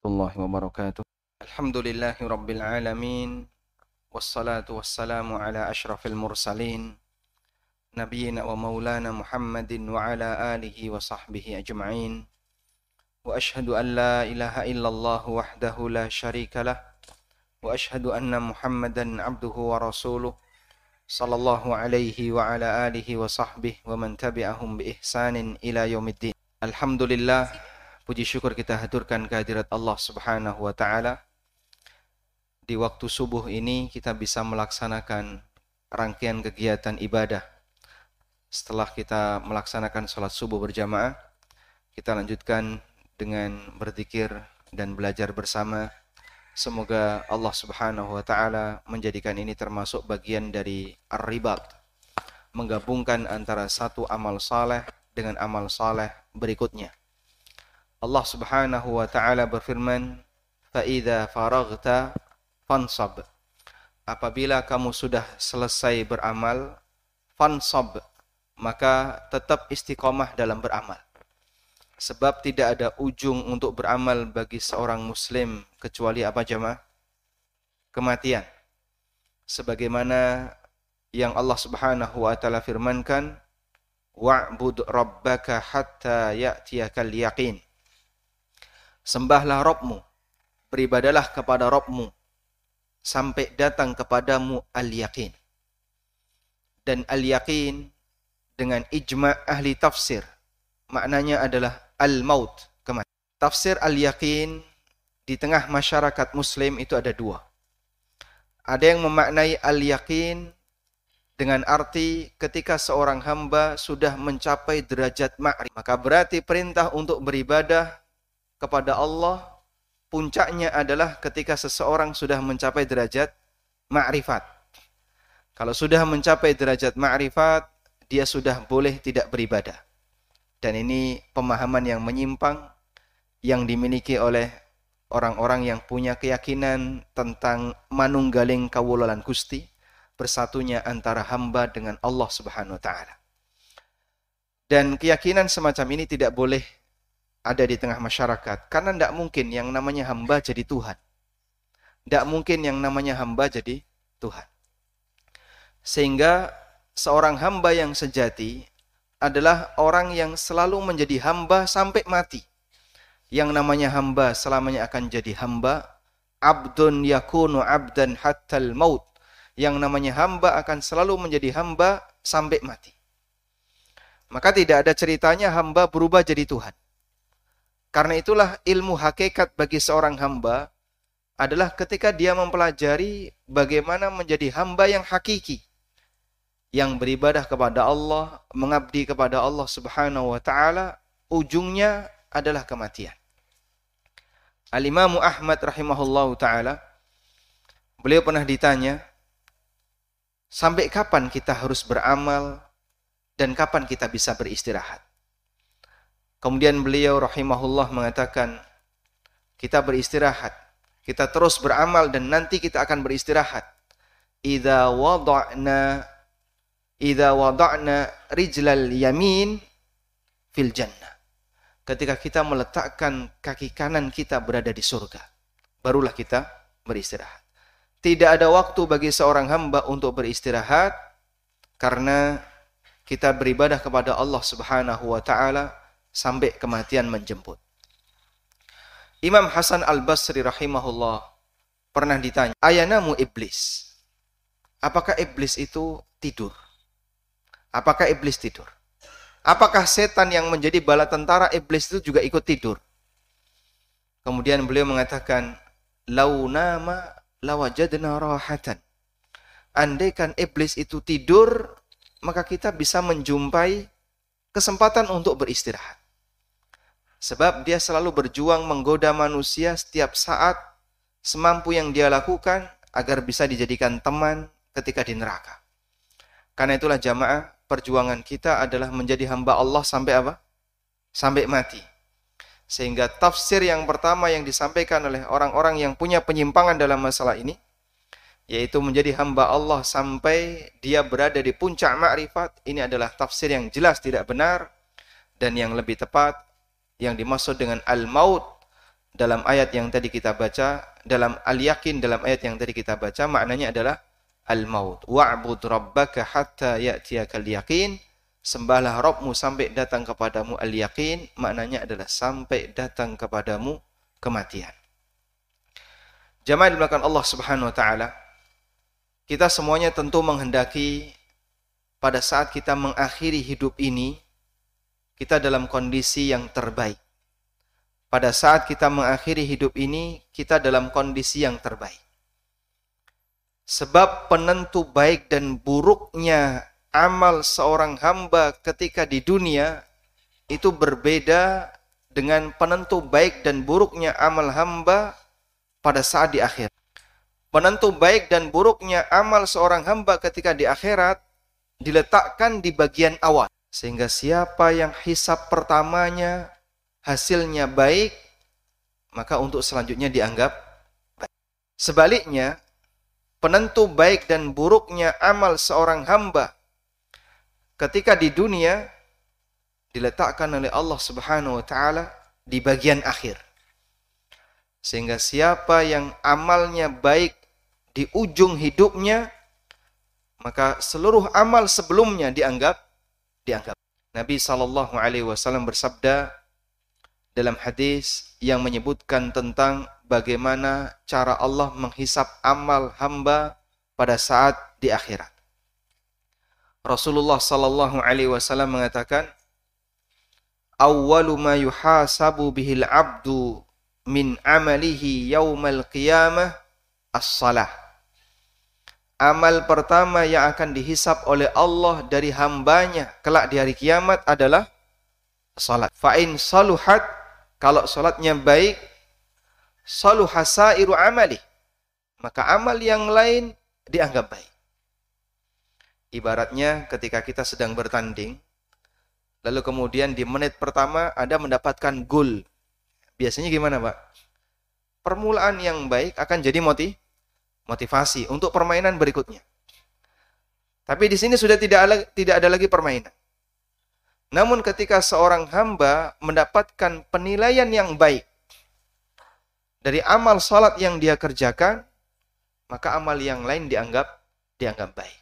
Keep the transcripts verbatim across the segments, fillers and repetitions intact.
warahmatullahi wabarakatuh. Alhamdulillahi rabbil alamin. Wassalatu wassalamu ala ashrafil mursalin. Nabiyyina wa maulana Muhammadin wa ala alihi wa sahbihi ajma'in. Wa ashhadu an la ilaha illallah wahdahu la syarika lah. Wa ashhadu anna Muhammadan abduhu wa rasuluh. Sallallahu alaihi wa ala alihi wa sahbihi wa man tabi'ahum bi ihsanin ila yaumiddin. Alhamdulillah, puji syukur kita haturkan kehadirat Allah Subhanahu wa taala. Di waktu subuh ini kita bisa melaksanakan rangkaian kegiatan ibadah. Setelah kita melaksanakan sholat subuh berjamaah, kita lanjutkan dengan berzikir dan belajar bersama. Semoga Allah Subhanahu wa taala menjadikan ini termasuk bagian dari ar-ribat, menggabungkan antara satu amal saleh dengan amal saleh berikutnya. Allah Subhanahu wa taala berfirman, "Fa idza faraghta fansab." Apabila kamu sudah selesai beramal, fansab, maka tetap istiqomah dalam beramal. Sebab tidak ada ujung untuk beramal bagi seorang muslim kecuali apa jemaah? Kematian. Sebagaimana yang Allah Subhanahu wa taala firmankan, "Wa'bud rabbaka hatta ya'tiyakal yaqin." Sembahlah Rabbmu, beribadalah kepada Rabbmu sampai datang kepadamu al-yaqin. Dan al-yaqin dengan ijma' ahli tafsir maknanya adalah al-maut, kematian. Tafsir al-yaqin di tengah masyarakat muslim itu ada dua. Ada yang memaknai al-yaqin dengan arti ketika seorang hamba sudah mencapai derajat ma'rifah, maka berarti perintah untuk beribadah kepada Allah puncaknya adalah ketika seseorang sudah mencapai derajat ma'rifat. Kalau sudah mencapai derajat ma'rifat, dia sudah boleh tidak beribadah. Dan ini pemahaman yang menyimpang yang dimiliki oleh orang-orang yang punya keyakinan tentang manunggaling kawulalan Gusti, bersatunya antara hamba dengan Allah Subhanahu wa taala. Dan keyakinan semacam ini tidak boleh ada di tengah masyarakat, karena tidak mungkin yang namanya hamba jadi Tuhan. Tidak mungkin yang namanya hamba jadi Tuhan. Sehingga seorang hamba yang sejati adalah orang yang selalu menjadi hamba sampai mati. Yang namanya hamba selamanya akan jadi hamba. Abdun yakunu abdan hattal maut. Yang namanya hamba akan selalu menjadi hamba sampai mati. Maka tidak ada ceritanya hamba berubah jadi Tuhan. Karena itulah ilmu hakikat bagi seorang hamba adalah ketika dia mempelajari bagaimana menjadi hamba yang hakiki, yang beribadah kepada Allah, mengabdi kepada Allah Subhanahu wa taala, ujungnya adalah kematian. Al-Imam Ahmad rahimahullahu taala, beliau pernah ditanya, sampai kapan kita harus beramal dan kapan kita bisa beristirahat? Kemudian beliau rahimahullah mengatakan, kita beristirahat, kita terus beramal dan nanti kita akan beristirahat. Idza wada'na idza wada'na rijlal yamin fil jannah. Ketika kita meletakkan kaki kanan kita berada di surga, barulah kita beristirahat. Tidak ada waktu bagi seorang hamba untuk beristirahat karena kita beribadah kepada Allah Subhanahu wa taala sampai kematian menjemput. Imam Hasan Al-Basri rahimahullah pernah ditanya, ayanamu iblis? Apakah iblis itu tidur? Apakah iblis tidur? Apakah setan yang menjadi bala tentara iblis itu juga ikut tidur? Kemudian beliau mengatakan, lau nama lawajadna rahatan. Andaikan iblis itu tidur, maka kita bisa menjumpai kesempatan untuk beristirahat. Sebab dia selalu berjuang menggoda manusia setiap saat semampu yang dia lakukan agar bisa dijadikan teman ketika di neraka. Karena itulah jamaah, perjuangan kita adalah menjadi hamba Allah sampai apa? Sampai mati. Sehingga tafsir yang pertama yang disampaikan oleh orang-orang yang punya penyimpangan dalam masalah ini, yaitu menjadi hamba Allah sampai dia berada di puncak ma'rifat, ini adalah tafsir yang jelas tidak benar, dan yang lebih tepat yang dimaksud dengan al-maut dalam ayat yang tadi kita baca, dalam al-yakin dalam ayat yang tadi kita baca, maknanya adalah al-maut. Wa'bud rabbaka hatta ya'tiyakal yaqin. Sembahlah Rabbmu sampai datang kepadamu al-yaqin, maknanya adalah sampai datang kepadamu kematian. Jamaah dimulakan Allah Subhanahu wa taala, kita semuanya tentu menghendaki pada saat kita mengakhiri hidup ini, kita dalam kondisi yang terbaik. Pada saat kita mengakhiri hidup ini, kita dalam kondisi yang terbaik. Sebab penentu baik dan buruknya amal seorang hamba ketika di dunia itu berbeda dengan penentu baik dan buruknya amal hamba pada saat di akhir. Penentu baik dan buruknya amal seorang hamba ketika di akhirat diletakkan di bagian awal. Sehingga siapa yang hisab pertamanya hasilnya baik, maka untuk selanjutnya dianggap baik. Sebaliknya, penentu baik dan buruknya amal seorang hamba ketika di dunia diletakkan oleh Allah Subhanahu wa taala di bagian akhir. Sehingga siapa yang amalnya baik di ujung hidupnya, maka seluruh amal sebelumnya dianggap dianggap. Nabi sallallahu alaihi wasallam bersabda dalam hadis yang menyebutkan tentang bagaimana cara Allah menghisap amal hamba pada saat di akhirat. Rasulullah sallallahu alaihi wasallam mengatakan, "Awwalu ma yuhasabu bihil 'abdu min 'amalihi yaumal qiyamah as-shalah." Amal pertama yang akan dihisap oleh Allah dari hambanya kelak di hari kiamat adalah salat. Fa in saluhat, kalau salatnya baik, saluha sairu amali, maka amal yang lain dianggap baik. Ibaratnya ketika kita sedang bertanding, lalu kemudian di menit pertama Anda mendapatkan gol. Biasanya gimana, Pak? Permulaan yang baik akan jadi motivasi. motivasi untuk permainan berikutnya. Tapi di sini sudah tidak ada, tidak ada lagi permainan. Namun ketika seorang hamba mendapatkan penilaian yang baik dari amal salat yang dia kerjakan, maka amal yang lain dianggap dianggap baik.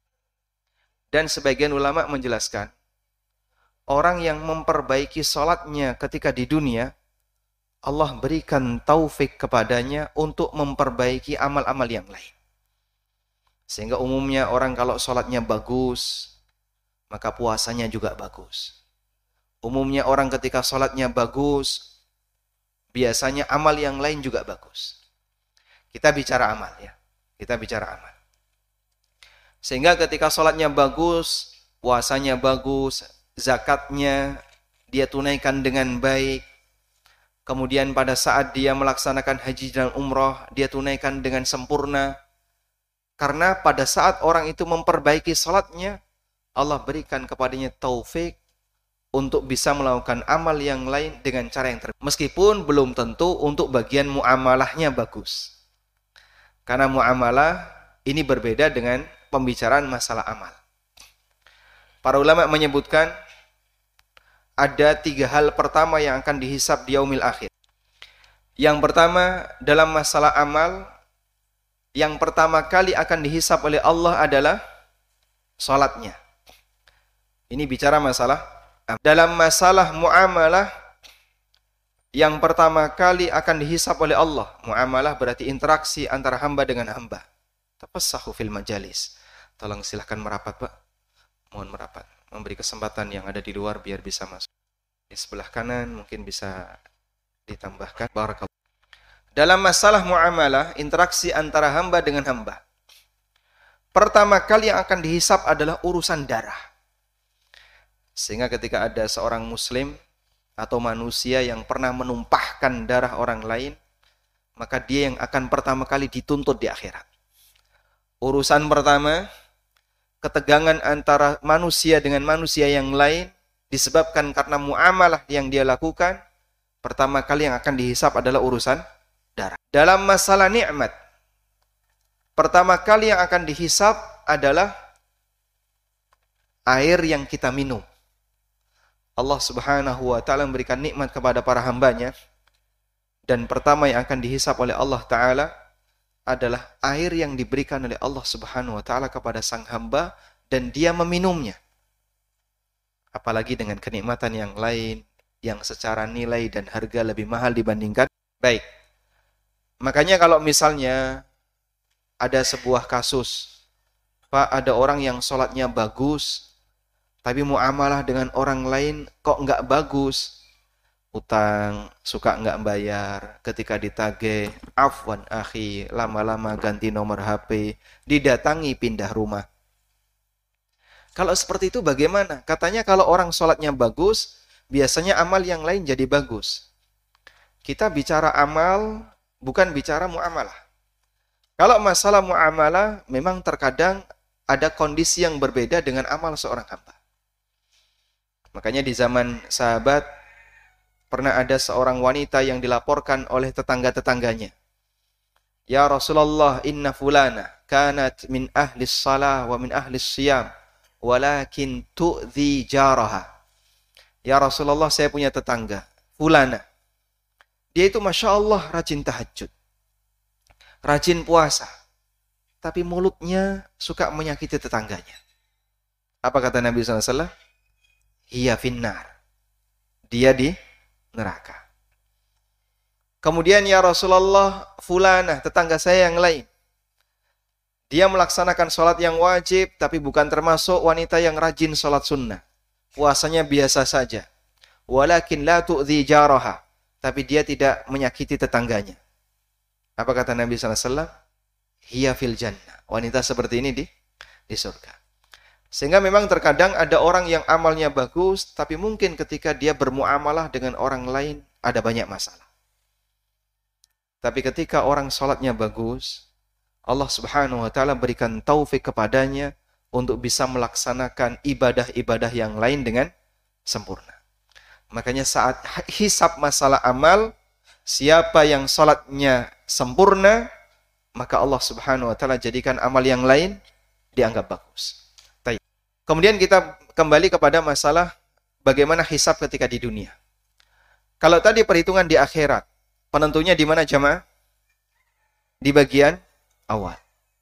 Dan sebagian ulama menjelaskan, orang yang memperbaiki salatnya ketika di dunia, Allah berikan taufik kepadanya untuk memperbaiki amal-amal yang lain. Sehingga umumnya orang kalau sholatnya bagus, maka puasanya juga bagus. Umumnya orang ketika sholatnya bagus, biasanya amal yang lain juga bagus. Kita bicara amal ya, kita bicara amal. Sehingga ketika sholatnya bagus, puasanya bagus, zakatnya dia tunaikan dengan baik, kemudian pada saat dia melaksanakan haji dan umroh, dia tunaikan dengan sempurna. Karena pada saat orang itu memperbaiki salatnya, Allah berikan kepadanya taufik untuk bisa melakukan amal yang lain dengan cara yang terbaik. Meskipun belum tentu untuk bagian muamalahnya bagus. Karena muamalah ini berbeda dengan pembicaraan masalah amal. Para ulama menyebutkan, ada tiga hal pertama yang akan dihisab di yaumil akhir. Yang pertama, dalam masalah amal, yang pertama kali akan dihisab oleh Allah adalah salatnya. Ini bicara masalah. Dalam masalah muamalah, yang pertama kali akan dihisab oleh Allah. Muamalah berarti interaksi antara hamba dengan hamba. Tafassahu fil majalis. Tolong silahkan merapat, Pak. Mohon merapat. Memberi kesempatan yang ada di luar biar bisa masuk. Di sebelah kanan mungkin bisa ditambahkan. Barakallahu. Dalam masalah muamalah, interaksi antara hamba dengan hamba, pertama kali yang akan dihisap adalah urusan darah. Sehingga ketika ada seorang muslim atau manusia yang pernah menumpahkan darah orang lain, maka dia yang akan pertama kali dituntut di akhirat. Urusan pertama, ketegangan antara manusia dengan manusia yang lain disebabkan karena muamalah yang dia lakukan, pertama kali yang akan dihisap adalah urusan darah. Dalam masalah nikmat, pertama kali yang akan dihisap adalah air yang kita minum. Allah Subhanahu wa taala memberikan nikmat kepada para hambanya Dan pertama yang akan dihisap oleh Allah Ta'ala adalah air yang diberikan oleh Allah Subhanahu wa Ta'ala kepada sang hamba dan dia meminumnya. Apalagi dengan kenikmatan yang lain yang secara nilai dan harga lebih mahal dibandingkan. Baik. Makanya kalau misalnya ada sebuah kasus, Pak, ada orang yang sholatnya bagus, tapi muamalah dengan orang lain kok nggak bagus. Utang, suka nggak bayar, ketika ditagih, afwan akhi, lama-lama ganti nomor H P, didatangi pindah rumah. Kalau seperti itu bagaimana? Katanya kalau orang sholatnya bagus, biasanya amal yang lain jadi bagus. Kita bicara amal, bukan bicara muamalah. Kalau masalah muamalah, memang terkadang ada kondisi yang berbeda dengan amal seorang hamba. Makanya di zaman sahabat, pernah ada seorang wanita yang dilaporkan oleh tetangga-tetangganya. Ya Rasulullah, inna fulana kanat min ahli salah wa min ahli siyam, walakin tu'zi jaraha. Ya Rasulullah, saya punya tetangga, fulana. Dia itu Masya Allah rajin tahajud, rajin puasa, tapi mulutnya suka menyakiti tetangganya. Apa kata Nabi shallallahu alaihi wasallam? Hiya finnar. Dia di neraka. Kemudian ya Rasulullah, fulanah, tetangga saya yang lain, dia melaksanakan sholat yang wajib, tapi bukan termasuk wanita yang rajin sholat sunnah. Puasanya biasa saja. Walakin la tu'zi jaraha. Tapi dia tidak menyakiti tetangganya. Apa kata Nabi shallallahu alaihi wasallam? Hiya fil jannah. Wanita seperti ini di, di surga. Sehingga memang terkadang ada orang yang amalnya bagus, tapi mungkin ketika dia bermuamalah dengan orang lain, ada banyak masalah. Tapi ketika orang sholatnya bagus, Allah Subhanahu wa Ta'ala berikan taufik kepadanya untuk bisa melaksanakan ibadah-ibadah yang lain dengan sempurna. Makanya saat hisab masalah amal, siapa yang sholatnya sempurna, maka Allah Subhanahu wa Ta'ala jadikan amal yang lain dianggap bagus. Kemudian kita kembali kepada masalah bagaimana hisab ketika di dunia. Kalau tadi perhitungan di akhirat, penentunya di mana jamaah? Di bagian awal.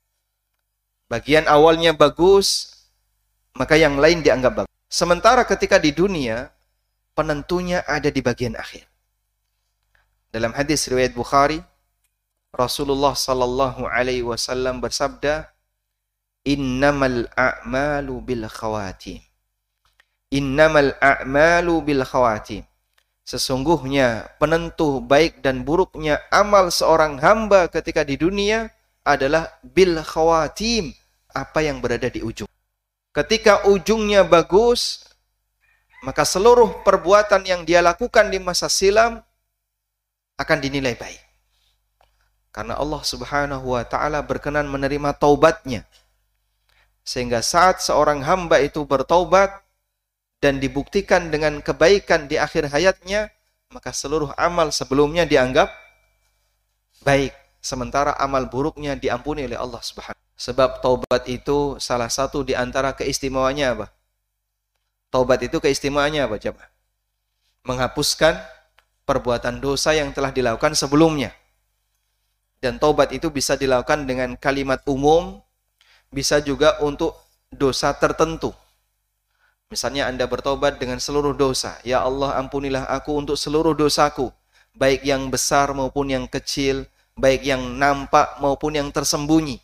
Bagian awalnya bagus, maka yang lain dianggap bagus. Sementara ketika di dunia, penentunya ada di bagian akhir. Dalam hadis riwayat Bukhari, Rasulullah sallallahu alaihi wasallam bersabda, Innamal a'malu bil khawatim. Innamal a'malu bil khawatim. Sesungguhnya penentu baik dan buruknya amal seorang hamba ketika di dunia adalah bil khawatim, apa yang berada di ujung. Ketika ujungnya bagus, maka seluruh perbuatan yang dia lakukan di masa silam akan dinilai baik. Karena Allah Subhanahu wa Ta'ala berkenan menerima taubatnya. Sehingga saat seorang hamba itu bertaubat dan dibuktikan dengan kebaikan di akhir hayatnya, maka seluruh amal sebelumnya dianggap baik. Sementara amal buruknya diampuni oleh Allah Subhanahu wa Ta'ala. Sebab taubat itu salah satu di antara keistimewaannya apa? Taubat itu keistimewaannya apa coba? Menghapuskan perbuatan dosa yang telah dilakukan sebelumnya. Dan taubat itu bisa dilakukan dengan kalimat umum, bisa juga untuk dosa tertentu. Misalnya Anda bertobat dengan seluruh dosa. Ya Allah, ampunilah aku untuk seluruh dosaku, baik yang besar maupun yang kecil, baik yang nampak maupun yang tersembunyi.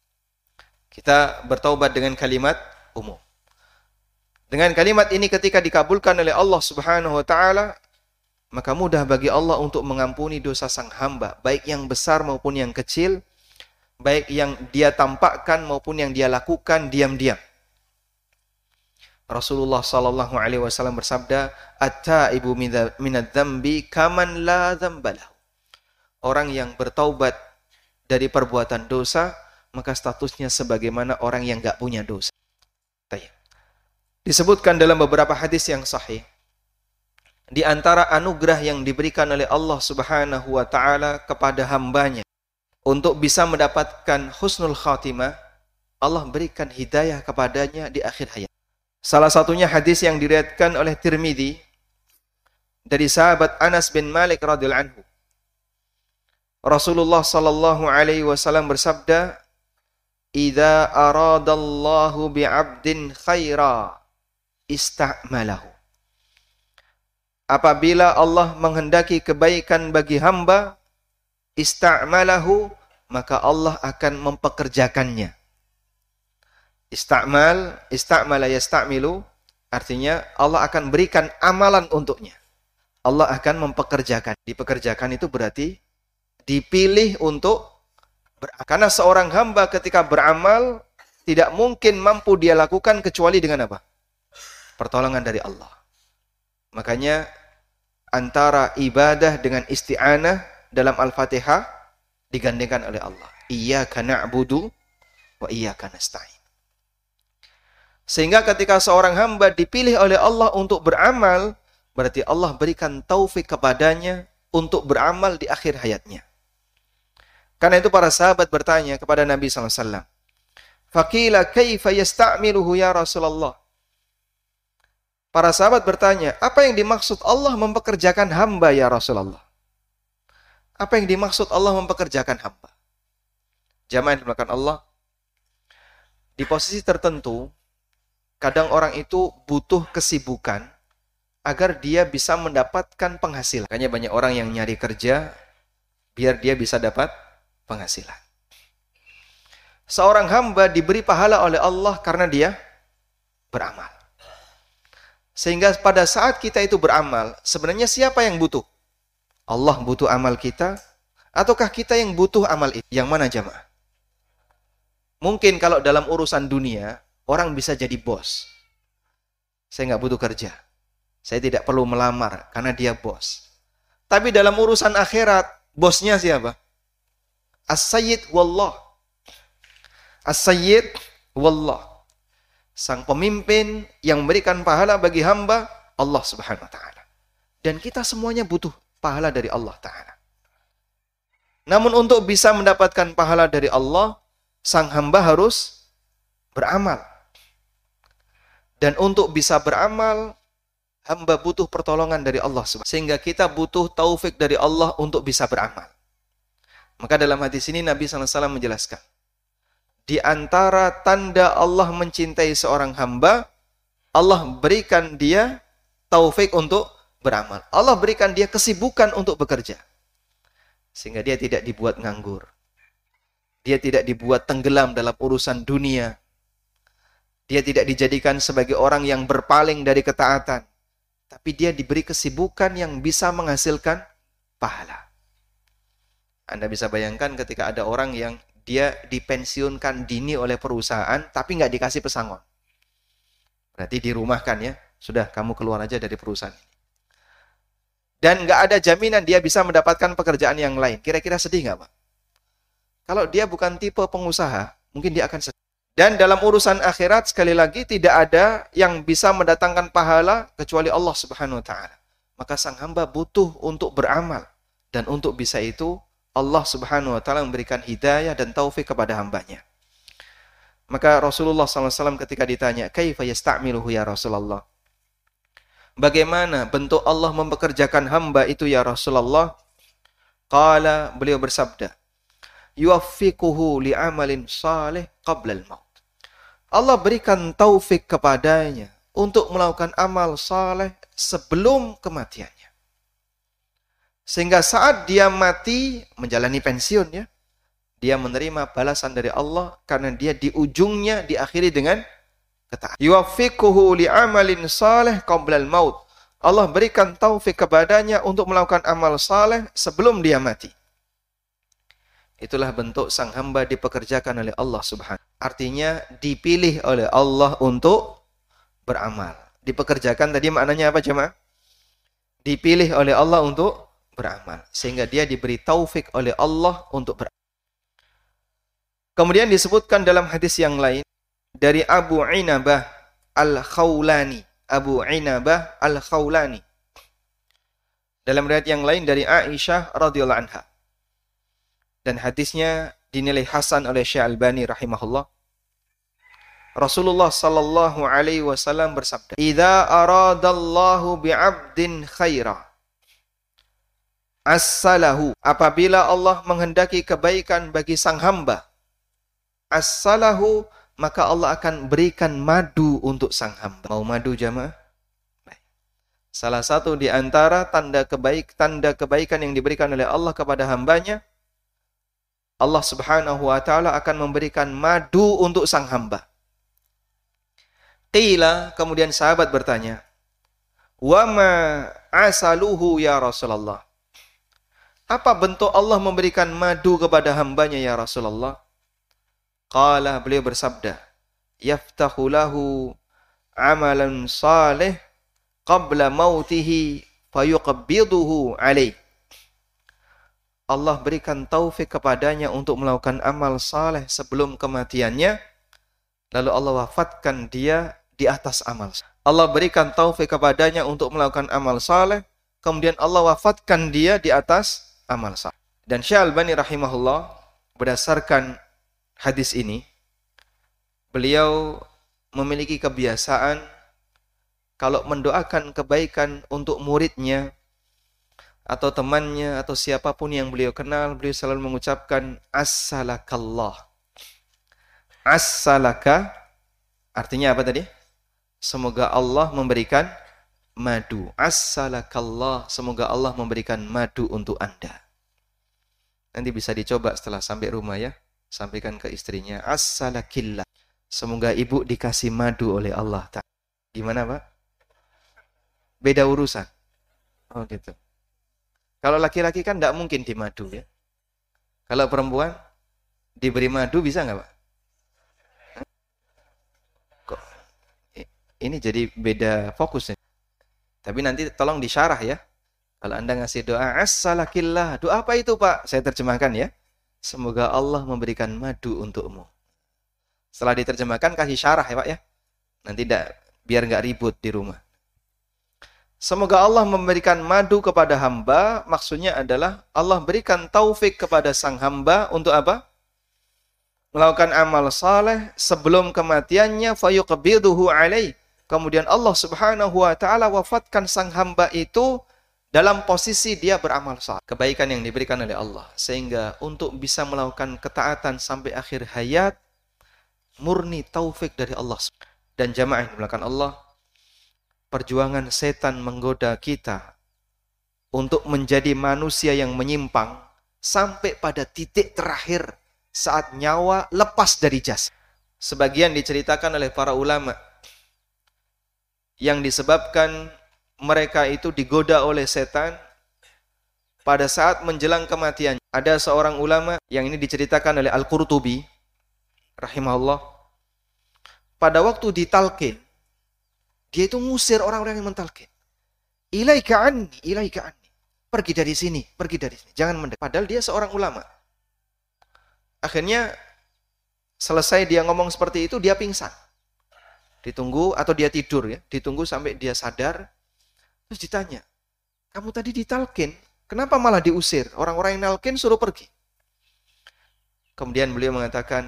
Kita bertaubat dengan kalimat umum. Dengan kalimat ini ketika dikabulkan oleh Allah Subhanahu wa Ta'ala, maka mudah bagi Allah untuk mengampuni dosa sang hamba, baik yang besar maupun yang kecil, baik yang dia tampakkan maupun yang dia lakukan diam-diam. Rasulullah sallallahu alaihi wasallam bersabda, "At-taibu minadz-dzambi kaman la dzambalahu." Orang yang bertaubat dari perbuatan dosa, maka statusnya sebagaimana orang yang enggak punya dosa. Disebutkan dalam beberapa hadis yang sahih, di antara anugerah yang diberikan oleh Allah Subhanahu wa Ta'ala kepada hambanya untuk bisa mendapatkan husnul khatimah, Allah berikan hidayah kepadanya di akhir hayat. Salah satunya hadis yang diriwayatkan oleh Tirmidzi dari sahabat Anas bin Malik radhiyallahu anhu. Rasulullah sallallahu alaihi wasallam bersabda, "Idza aradallahu bi'abdin khaira ista'malahu." Apabila Allah menghendaki kebaikan bagi hamba, ista'malahu, maka Allah akan mempekerjakannya. Ista'mal, ista'mala yasta'milu, artinya Allah akan berikan amalan untuknya. Allah akan mempekerjakan. Dipekerjakan itu berarti dipilih untuk beramal. Karena seorang hamba ketika beramal, tidak mungkin mampu dia lakukan kecuali dengan apa? Pertolongan dari Allah. Makanya antara ibadah dengan isti'anah dalam Al-Fatihah digandengkan oleh Allah. Iyyaka na'budu wa iyyaka nasta'in. Sehingga ketika seorang hamba dipilih oleh Allah untuk beramal, berarti Allah berikan taufik kepadanya untuk beramal di akhir hayatnya. Karena itu para sahabat bertanya kepada Nabi sallallahu alaihi wasallam, "Faqila kaifa yasta'miluhu ya Rasulullah?" Para sahabat bertanya, apa yang dimaksud Allah mempekerjakan hamba ya Rasulullah? Apa yang dimaksud Allah mempekerjakan hamba? Jamaah yang dimuliakan Allah, di posisi tertentu, kadang orang itu butuh kesibukan agar dia bisa mendapatkan penghasilan. Makanya banyak orang yang nyari kerja biar dia bisa dapat penghasilan. Seorang hamba diberi pahala oleh Allah karena dia beramal. Sehingga pada saat kita itu beramal, sebenarnya siapa yang butuh? Allah butuh amal kita, ataukah kita yang butuh amal itu? Yang mana jamaah? Mungkin kalau dalam urusan dunia, orang bisa jadi bos. Saya nggak butuh kerja. Saya tidak perlu melamar karena dia bos. Tapi dalam urusan akhirat, bosnya siapa? As-Sayyid Wallah. As-Sayyid Wallah. Sang pemimpin yang memberikan pahala bagi hamba, Allah Subhanahu wa taala. Dan kita semuanya butuh pahala dari Allah taala. Namun untuk bisa mendapatkan pahala dari Allah, sang hamba harus beramal. Dan untuk bisa beramal, hamba butuh pertolongan dari Allah Subhanahu wa taala. Sehingga kita butuh taufik dari Allah untuk bisa beramal. Maka dalam hadis ini Nabi sallallahu alaihi wasallam menjelaskan, di antara tanda Allah mencintai seorang hamba, Allah berikan dia taufik untuk beramal. Allah berikan dia kesibukan untuk bekerja. Sehingga dia tidak dibuat nganggur. Dia tidak dibuat tenggelam dalam urusan dunia. Dia tidak dijadikan sebagai orang yang berpaling dari ketaatan. Tapi dia diberi kesibukan yang bisa menghasilkan pahala. Anda bisa bayangkan ketika ada orang yang dia dipensiunkan dini oleh perusahaan, tapi nggak dikasih pesangon. Berarti dirumahkan ya. Sudah, kamu keluar aja dari perusahaan ini. Dan nggak ada jaminan dia bisa mendapatkan pekerjaan yang lain. Kira-kira sedih nggak, Pak? Kalau dia bukan tipe pengusaha, mungkin dia akan sedih. Dan dalam urusan akhirat, sekali lagi, tidak ada yang bisa mendatangkan pahala kecuali Allah Subhanahu wa taala. Maka sang hamba butuh untuk beramal. Dan untuk bisa itu, Allah Subhanahu wa taala memberikan hidayah dan taufik kepada hambanya. Maka Rasulullah sallallahu alaihi wasallam ketika ditanya, "Kaifa yasta'miluhu ya Rasulullah?" Bagaimana bentuk Allah mempekerjakan hamba itu ya Rasulullah? Qala, beliau bersabda, "Yuwaffiquhu li'amalin salih qabla al-maut." Allah berikan taufik kepadanya untuk melakukan amal saleh sebelum kematiannya. Sehingga saat dia mati, menjalani pensiun ya, dia menerima balasan dari Allah karena dia di ujungnya diakhiri dengan ketaatan. Yuwaffiquhu li'amalin salih qabla al-maut. Allah berikan taufik kepadanya untuk melakukan amal saleh sebelum dia mati. Itulah bentuk sang hamba dipekerjakan oleh Allah Subhanahu. Artinya dipilih oleh Allah untuk beramal. Dipekerjakan tadi maknanya apa jemaah? Dipilih oleh Allah untuk beramal, sehingga dia diberi taufik oleh Allah untuk beramal. Kemudian disebutkan dalam hadis yang lain dari Abu Inabah Al-Khawlani, Abu Inabah Al-Khawlani. Dalam riwayat yang lain dari Aisyah radhiyallahu anha. Dan hadisnya dinilai hasan oleh Syekh Albani rahimahullah. Rasulullah sallallahu alaihi wasallam bersabda, "Idza aradallahu bi'abdin khaira." As-salahu, apabila Allah menghendaki kebaikan bagi sang hamba, as-salahu, maka Allah akan berikan madu untuk sang hamba. Mau madu jamaah? Salah satu di antara tanda kebaik tanda kebaikan yang diberikan oleh Allah kepada hambanya, Allah Subhanahu wa taala akan memberikan madu untuk sang hamba. Qila, kemudian sahabat bertanya, "Wa ma asaluhu ya Rasulullah?" Apa bentuk Allah memberikan madu kepada hambanya ya Rasulullah? Qala, beliau bersabda, "Yaftahu lahu amalan salih qabla mautihi fayuqabbiduhu alaih." Allah berikan taufik kepadanya untuk melakukan amal saleh sebelum kematiannya, lalu Allah wafatkan dia di atas amal. Allah berikan taufik kepadanya untuk melakukan amal saleh, kemudian Allah wafatkan dia di atas amal saleh. Dan Syekh Al-Albani rahimahullah, berdasarkan hadis ini, beliau memiliki kebiasaan kalau mendoakan kebaikan untuk muridnya atau temannya atau siapapun yang beliau kenal, beliau selalu mengucapkan as-salakallah. As-salaka artinya apa tadi? Semoga Allah memberikan madu. As-salakallah, semoga Allah memberikan madu untuk Anda. Nanti bisa dicoba setelah sampai rumah ya. Sampaikan ke istrinya, as-salakillah, semoga ibu dikasih madu oleh Allah. Gimana Pak? Beda urusan. Oh gitu. Kalau laki-laki kan tidak mungkin dimadu ya. Kalau perempuan diberi madu bisa nggak Pak? Kok ini jadi beda fokusnya. Tapi nanti tolong disyarah ya. Kalau Anda ngasih doa as-salakillah, doa apa itu Pak? Saya terjemahkan ya. Semoga Allah memberikan madu untukmu. Setelah diterjemahkan kasih syarah ya Pak ya. Nanti tidak, biar nggak ribut di rumah. Semoga Allah memberikan madu kepada hamba, maksudnya adalah Allah berikan taufik kepada sang hamba untuk apa? Melakukan amal saleh sebelum kematiannya, fayuqbiduhu alaih. Kemudian Allah Subhanahu wa taala wafatkan sang hamba itu dalam posisi dia beramal saleh. Kebaikan yang diberikan oleh Allah, sehingga untuk bisa melakukan ketaatan sampai akhir hayat, murni taufik dari Allah. Dan jamaah yang dimulakan Allah, perjuangan setan menggoda kita untuk menjadi manusia yang menyimpang sampai pada titik terakhir saat nyawa lepas dari jasad. Sebagian diceritakan oleh para ulama yang disebabkan mereka itu digoda oleh setan pada saat menjelang kematian. Ada seorang ulama yang ini diceritakan oleh Al-Qurtubi rahimahullah, pada waktu ditalqin, dia itu ngusir orang-orang yang mentalqin. Ilaika anni, ilaika anni. Pergi dari sini, pergi dari sini. Jangan mendekat. Padahal dia seorang ulama. Akhirnya selesai dia ngomong seperti itu, dia pingsan. Ditunggu atau dia tidur ya, ditunggu sampai dia sadar. Terus ditanya, kamu tadi ditalqin, kenapa malah diusir? Orang-orang yang nalqin suruh pergi. Kemudian beliau mengatakan,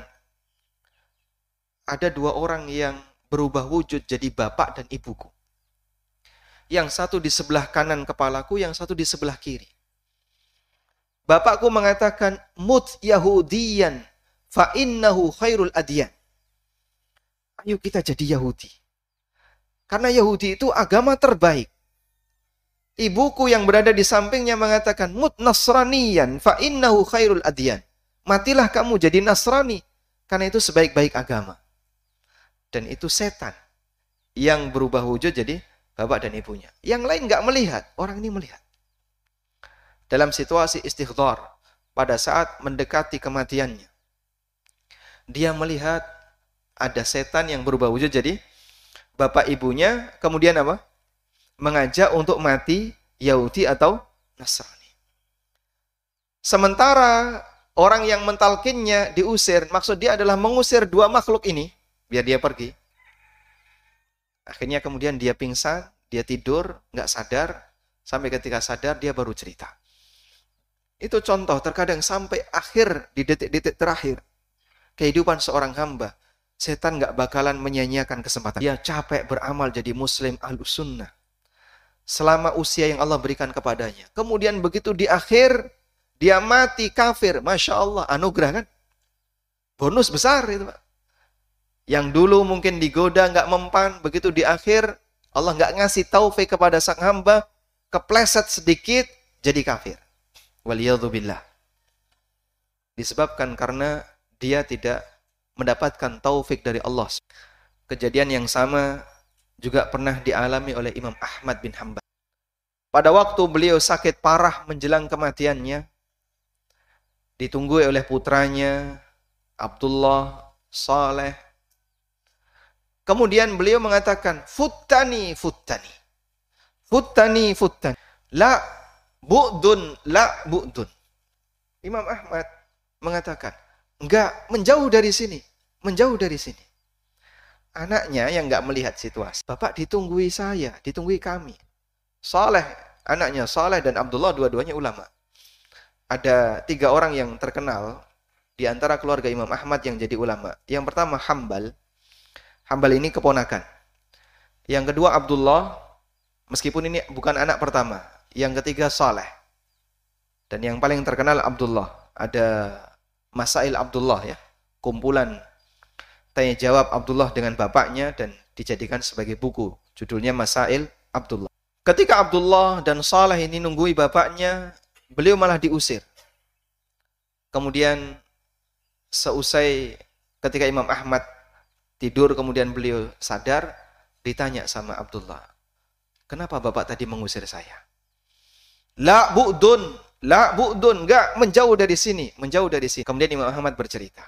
ada dua orang yang berubah wujud jadi bapak dan ibuku. Yang satu di sebelah kanan kepalaku, yang satu di sebelah kiri. Bapakku mengatakan, mut Yahudiyan fa innahu khairul adyan. Ayo kita jadi Yahudi. Karena Yahudi itu agama terbaik. Ibuku yang berada di sampingnya mengatakan, mut Nasraniyan fa innahu khairul adyan. Matilah kamu jadi Nasrani, karena itu sebaik-baik agama. Dan itu setan yang berubah wujud jadi bapak dan ibunya. Yang lain nggak melihat, orang ini melihat. Dalam situasi istighdhar, pada saat mendekati kematiannya, dia melihat ada setan yang berubah wujud jadi bapak ibunya, kemudian apa? Mengajak untuk mati Yahudi atau Nasrani. Sementara orang yang mentalkinnya diusir, maksud dia adalah mengusir dua makhluk ini, biar dia pergi. Akhirnya kemudian dia pingsan, dia tidur, nggak sadar, sampai ketika sadar dia baru cerita. Itu contoh, terkadang sampai akhir, di detik-detik terakhir kehidupan seorang hamba, setan nggak bakalan menyia-nyiakan kesempatan. Dia capek beramal jadi muslim ahlus sunnah. selama usia yang Allah berikan kepadanya. Kemudian begitu di akhir, dia mati kafir. Masya Allah, anugerah kan? Bonus besar itu Pak. Yang dulu mungkin digoda, nggak mempan, begitu di akhir, Allah nggak ngasih taufik kepada sang hamba, kepleset sedikit, jadi kafir. Waliyadzubillah. Disebabkan karena dia tidak mendapatkan taufik dari Allah. Kejadian yang sama juga pernah dialami oleh Imam Ahmad bin Hanbal. Pada waktu beliau sakit parah menjelang kematiannya, ditunggu oleh putranya, Abdullah, Saleh. Kemudian beliau mengatakan, Futtani, futtani. Futtani, futtani. La bu'dun, la bu'dun. Imam Ahmad mengatakan, enggak, menjauh dari sini. Menjauh dari sini. Anaknya yang enggak melihat situasi. Bapak ditunggui saya, ditunggui kami. Saleh, anaknya Saleh dan Abdullah, dua-duanya ulama. Ada tiga orang yang terkenal di antara keluarga Imam Ahmad yang jadi ulama. Yang pertama Hambal. Hambal ini keponakan. Yang kedua Abdullah, meskipun ini bukan anak pertama. Yang ketiga Saleh. Dan yang paling terkenal Abdullah. Ada Masail Abdullah ya. Kumpulan tanya jawab Abdullah dengan bapaknya dan dijadikan sebagai buku. Judulnya Masail Abdullah. Ketika Abdullah dan Saleh ini nunggui bapaknya, beliau malah diusir. Kemudian seusai ketika Imam Ahmad tidur, kemudian beliau sadar, ditanya sama Abdullah, kenapa bapak tadi mengusir saya? La bu'dun, la bu'dun, enggak, menjauh dari sini, menjauh dari sini. Kemudian Imam Ahmad bercerita,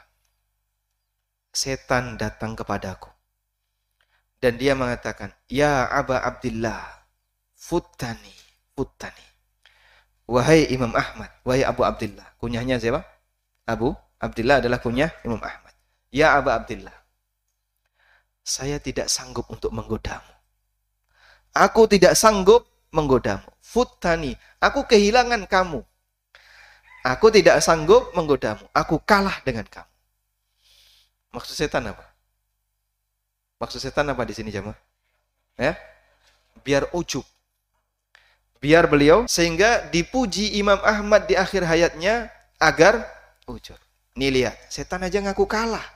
setan datang kepadaku. Dan dia mengatakan, ya Aba Abdillah, futtani, futtani. Wahai Imam Ahmad, wahai Abu Abdillah. Kunyahnya siapa? Abu Abdillah adalah kunyah Imam Ahmad. Ya Aba Abdillah, saya tidak sanggup untuk menggodamu. Aku tidak sanggup menggodamu. Futtani, aku kehilangan kamu. Aku tidak sanggup menggodamu. Aku kalah dengan kamu. Maksud setan apa? Maksud setan apa di sini jemaah? Ya? Biar ujub. Biar beliau, sehingga dipuji Imam Ahmad di akhir hayatnya agar ujub. Nih lihat, setan aja ngaku kalah.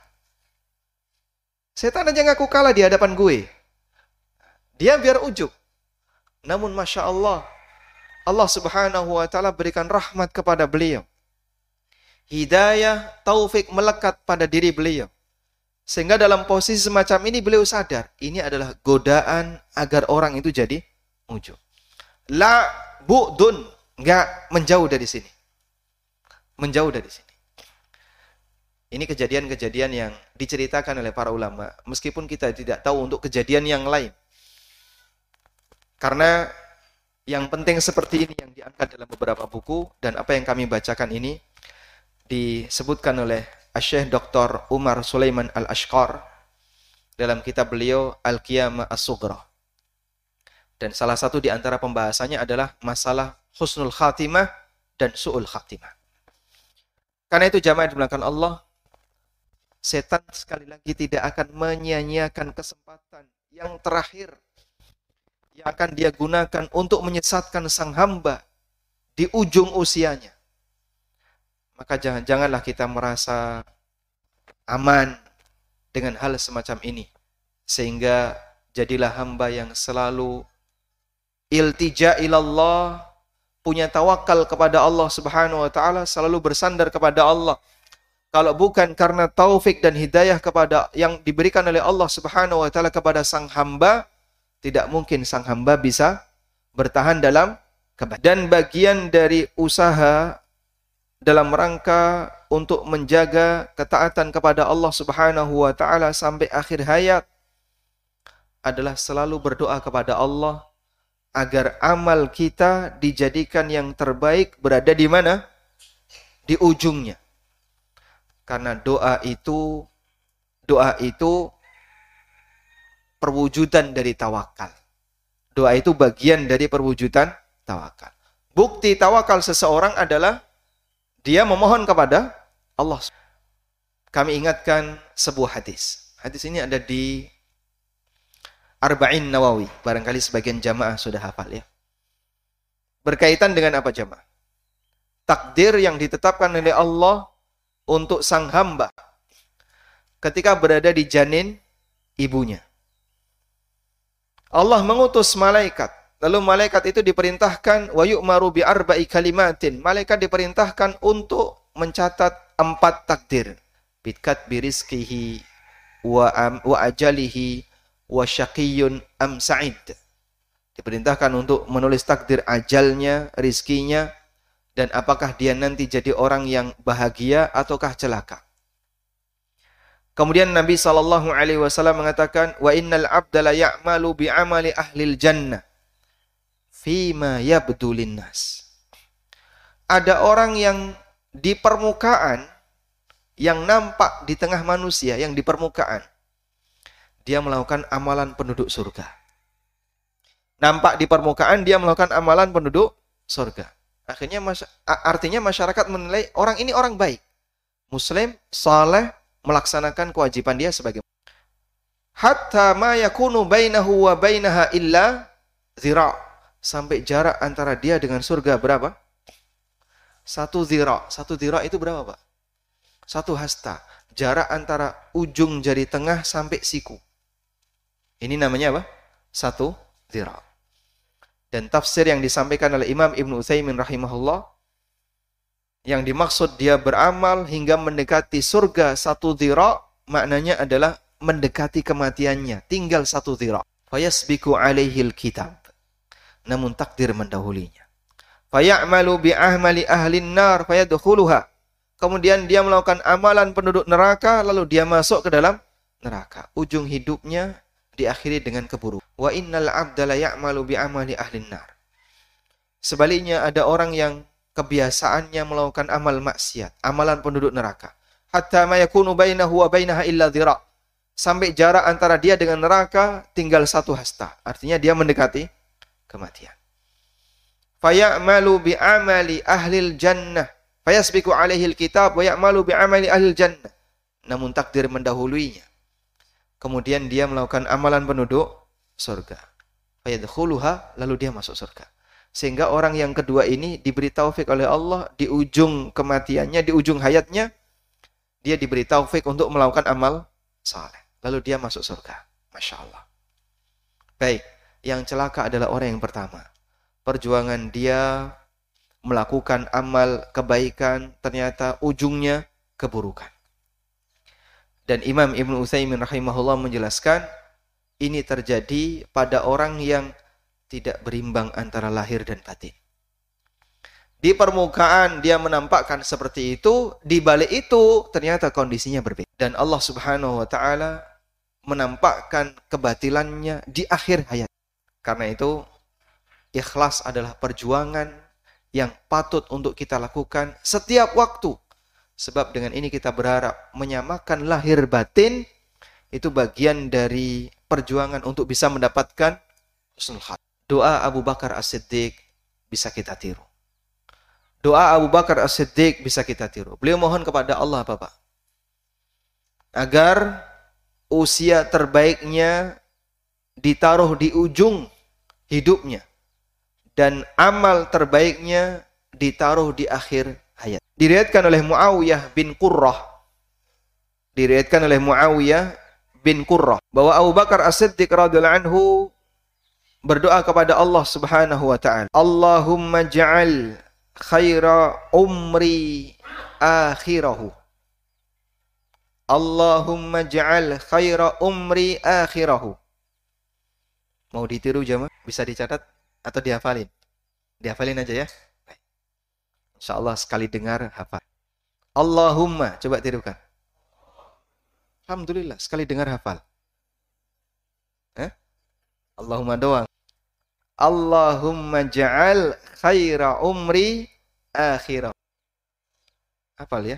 Setan aja ngaku kalah di hadapan gue. Dia biar ujub. Namun Masya Allah, Allah subhanahu wa ta'ala berikan rahmat kepada beliau. Hidayah, taufik melekat pada diri beliau. Sehingga dalam posisi semacam ini beliau sadar, ini adalah godaan agar orang itu jadi ujub. La bu'dun, enggak, menjauh dari sini. Menjauh dari sini. Ini kejadian-kejadian yang diceritakan oleh para ulama, meskipun kita tidak tahu untuk kejadian yang lain. Karena yang penting seperti ini yang diangkat dalam beberapa buku, dan apa yang kami bacakan ini disebutkan oleh Syekh Doktor Umar Sulaiman Al-Ashqar dalam kitab beliau Al-Qiyamah As-Sughra. Dan salah satu di antara pembahasannya adalah masalah husnul khatimah dan su'ul khatimah. Karena itu jamaah dimulakan Allah, setan sekali lagi tidak akan menyia-nyiakan kesempatan yang terakhir yang akan dia gunakan untuk menyesatkan sang hamba di ujung usianya. Maka jangan, janganlah kita merasa aman dengan hal semacam ini. Sehingga jadilah hamba yang selalu iltija ilallah, punya tawakal kepada Allah subhanahu wa ta'ala, selalu bersandar kepada Allah. Kalau bukan karena taufik dan hidayah kepada yang diberikan oleh Allah subhanahu wa ta'ala kepada sang hamba, tidak mungkin sang hamba bisa bertahan dalam kebaikan. Dan bagian dari usaha dalam rangka untuk menjaga ketaatan kepada Allah subhanahu wa ta'ala sampai akhir hayat adalah selalu berdoa kepada Allah agar amal kita dijadikan yang terbaik berada di mana? Di ujungnya. Karena doa itu doa itu perwujudan dari tawakal. Doa itu bagian dari perwujudan tawakal. Bukti tawakal seseorang adalah dia memohon kepada Allah. Kami ingatkan sebuah hadis. Hadis ini ada di Arba'in Nawawi. Barangkali sebagian jamaah sudah hafal ya. Berkaitan dengan apa jamaah? Takdir yang ditetapkan oleh Allah untuk sang hamba ketika berada di janin ibunya. Allah mengutus malaikat. Lalu malaikat itu diperintahkan wa yu'maru bi arba'i kalimatin. Malaikat diperintahkan untuk mencatat empat takdir. Bitkat birizkihi wa, am, wa ajalihi wa syaqiyyun am sa'id. Diperintahkan untuk menulis takdir ajalnya, rizkinya, dan apakah dia nanti jadi orang yang bahagia ataukah celaka. Kemudian Nabi shallallahu alaihi wasallam mengatakan, wa innal abda la ya'malu bi amali ahlil jannah fima yabdu linnas. Ada orang yang di permukaan, yang nampak di tengah manusia, yang di permukaan, dia melakukan amalan penduduk surga. Nampak di permukaan, dia melakukan amalan penduduk surga. Akhirnya artinya masyarakat menilai orang ini orang baik, muslim, saleh, melaksanakan kewajiban dia sebagai hatta ma yakunu bainahu wa bainaha illa zira'. Sampai jarak antara dia dengan surga berapa? Satu zira'. Satu zira' itu berapa, Pak? Satu hasta. Jarak antara ujung jari tengah sampai siku. Ini namanya apa? Satu zira'. Dan tafsir yang disampaikan oleh Imam Ibnu Utsaimin rahimahullah, yang dimaksud dia beramal hingga mendekati surga satu zira', maknanya adalah mendekati kematiannya, tinggal satu zira'. Fayasbiku alaihil kitab. Namun takdir mendahulinya. Faya'malu bi ahmali ahlin nar fayadkhuluha. Kemudian dia melakukan amalan penduduk neraka, lalu dia masuk ke dalam neraka. Ujung hidupnya diakhiri dengan keburukan. Wa innal abda la ya'malu bi amali ahlin nar. Sebaliknya ada orang yang kebiasaannya melakukan amal maksiat, amalan penduduk neraka. Hatta ma yakunu bainahu wa bainaha illa dhira'. Sampai jarak antara dia dengan neraka tinggal satu hasta. Artinya dia mendekati kematian. Faya'malu bi amali ahlil jannah fayasbiqu alaihil kitab wa ya'malu bi amali ahlil jannah. Namun takdir mendahuluinya. Kemudian dia melakukan amalan penduduk surga. Fayadkhuluha, lalu dia masuk surga. Sehingga orang yang kedua ini diberi taufik oleh Allah di ujung kematiannya, di ujung hayatnya, dia diberi taufik untuk melakukan amal saleh. Lalu dia masuk surga. Masya Allah. Baik, yang celaka adalah orang yang pertama. Perjuangan dia melakukan amal kebaikan, ternyata ujungnya keburukan. Dan Imam Ibnu Utsaimin rahimahullah menjelaskan, ini terjadi pada orang yang tidak berimbang antara lahir dan batin. Di permukaan dia menampakkan seperti itu, di balik itu ternyata kondisinya berbeda. Dan Allah Subhanahu wa taala menampakkan kebatilannya di akhir hayat. Karena itu ikhlas adalah perjuangan yang patut untuk kita lakukan setiap waktu. Sebab dengan ini kita berharap menyamakan lahir batin, itu bagian dari perjuangan untuk bisa mendapatkan husnul khatimah. Doa Abu Bakar As-Siddiq bisa kita tiru. Doa Abu Bakar As-Siddiq bisa kita tiru. Beliau mohon kepada Allah, Bapak, agar usia terbaiknya ditaruh di ujung hidupnya dan amal terbaiknya ditaruh di akhir hayat. Diriwayatkan oleh Muawiyah bin Qurrah, diriwayatkan oleh Muawiyah bin Qurrah bahwa Abu Bakar As-Siddiq radhiyallahu anhu berdoa kepada Allah Subhanahu wa taala, Allahumma ja'al khaira umri akhirahu. Allahumma ja'al khaira umri akhirahu. Mau ditiru jemaah? Bisa dicatat atau dihafalin? Dihafalin aja ya. Insyaallah sekali dengar hafal. Allahumma, coba tirukan. Alhamdulillah, sekali dengar hafal. Eh? Allahumma doang. Allahumma ja'al khaira umri akhirah. Hafal ya?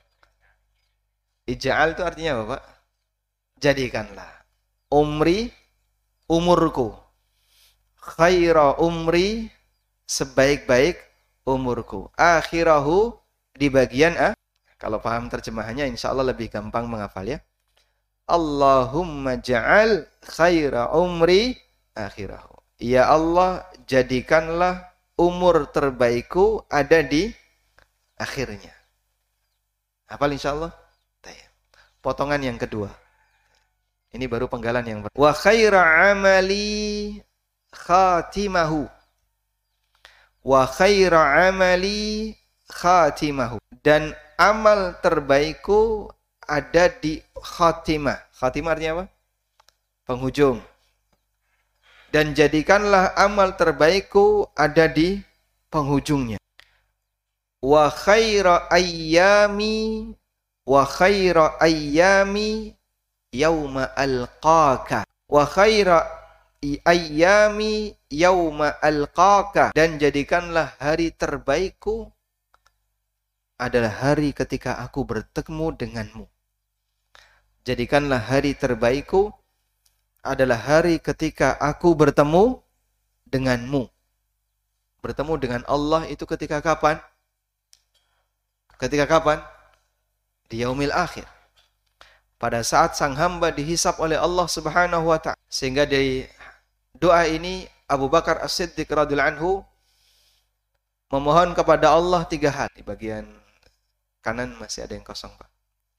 Ija'al itu artinya apa, Pak? Jadikanlah umri, umurku, khaira umri, sebaik-baik umurku, akhirahu, di bagian A. Kalau paham terjemahannya insya Allah lebih gampang menghafal ya. Allahumma ja'al khaira umri akhirahu. Ya Allah, jadikanlah umur terbaikku ada di akhirnya. Hafal insyaallah? Potongan yang kedua. Ini baru penggalan yang ber- wa khaira amali khatimahu. Wa khaira amali khatimahu. Dan amal terbaikku ada di khatimah. Khatimah artinya apa? Penghujung. Dan jadikanlah amal terbaikku ada di penghujungnya. Wa khaira ayyami wa khaira ayyami yauma alqaka wa khaira ayyami yauma alqaka, dan jadikanlah hari terbaikku adalah hari ketika aku bertemu denganmu. Jadikanlah hari terbaikku adalah hari ketika aku bertemu denganmu. Bertemu dengan Allah itu ketika kapan? Ketika kapan? Di yaumil akhir. Pada saat sang hamba dihisap oleh Allah Subhanahu wa ta'ala. Sehingga dari doa ini Abu Bakar As-Siddiq radhiyallahu anhu memohon kepada Allah tiga hal. Di bagian kanan masih ada yang kosong, Pak.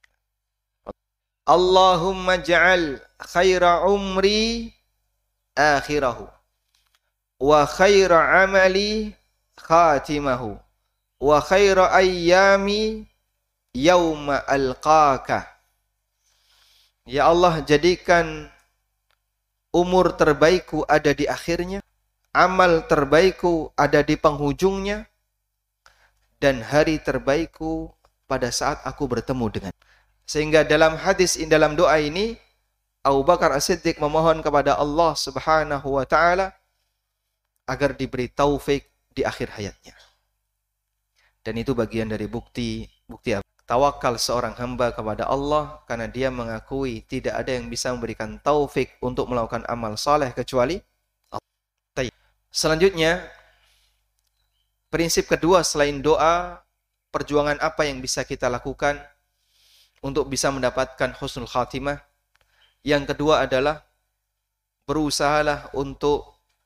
Allahumma ja'al khaira umri akhirahu wa khaira amali khatimahu wa khaira ayyami yauma alqaka. Ya Allah, jadikan umur terbaikku ada di akhirnya, amal terbaikku ada di penghujungnya, dan hari terbaikku pada saat aku bertemu dengan. Sehingga dalam hadis, dalam doa ini, Abu Bakar As-Siddiq memohon kepada Allah Subhanahu wa ta'ala agar diberi taufik di akhir hayatnya. Dan itu bagian dari bukti bukti apa? Tawakal seorang hamba kepada Allah, karena dia mengakui tidak ada yang bisa memberikan taufik untuk melakukan amal saleh kecuali Allah. Selanjutnya, prinsip kedua selain doa, perjuangan apa yang bisa kita lakukan untuk bisa mendapatkan husnul khatimah? Yang kedua adalah berusahalah untuk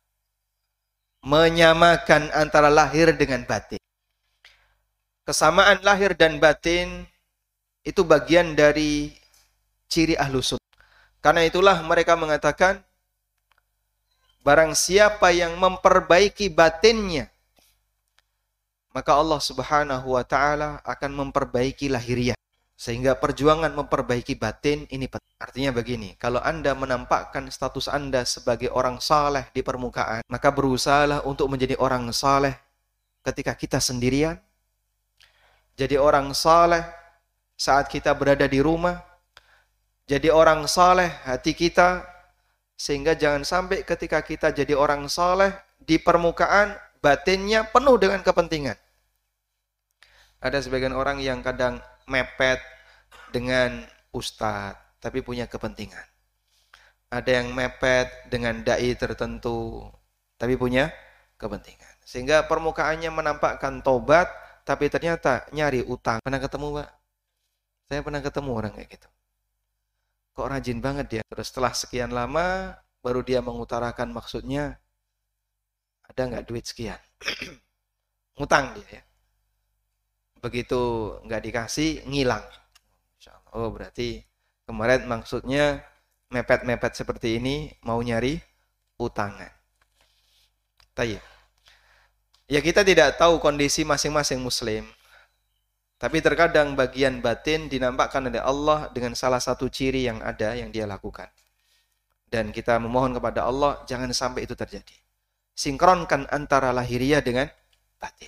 menyamakan antara lahir dengan batin. Kesamaan lahir dan batin itu bagian dari ciri ahlu sunnah. Karena itulah mereka mengatakan, barang siapa yang memperbaiki batinnya, maka Allah Subhanahu wa ta'ala akan memperbaiki lahiriah. Sehingga perjuangan memperbaiki batin ini penting. Artinya begini, kalau Anda menampakkan status Anda sebagai orang saleh di permukaan, maka berusahalah untuk menjadi orang saleh ketika kita sendirian. Jadi orang saleh saat kita berada di rumah. Jadi orang saleh hati kita, sehingga jangan sampai ketika kita jadi orang saleh di permukaan, batinnya penuh dengan kepentingan. Ada sebagian orang yang kadang mepet dengan ustadz, tapi punya kepentingan. Ada yang mepet dengan dai tertentu, tapi punya kepentingan. Sehingga permukaannya menampakkan tobat, tapi ternyata nyari utang. Pernah ketemu, Pak? Saya pernah ketemu orang kayak gitu. Kok rajin banget dia? Terus setelah sekian lama, baru dia mengutarakan maksudnya, ada nggak duit sekian? Ngutang dia ya. Begitu nggak dikasih, ngilang. Oh, berarti kemarin maksudnya mepet-mepet seperti ini, mau nyari utangan. Tayyib. Ya, kita tidak tahu kondisi masing-masing muslim. Tapi terkadang bagian batin dinampakkan oleh Allah dengan salah satu ciri yang ada yang dia lakukan. Dan kita memohon kepada Allah, jangan sampai itu terjadi. Sinkronkan antara lahiriah dengan batin.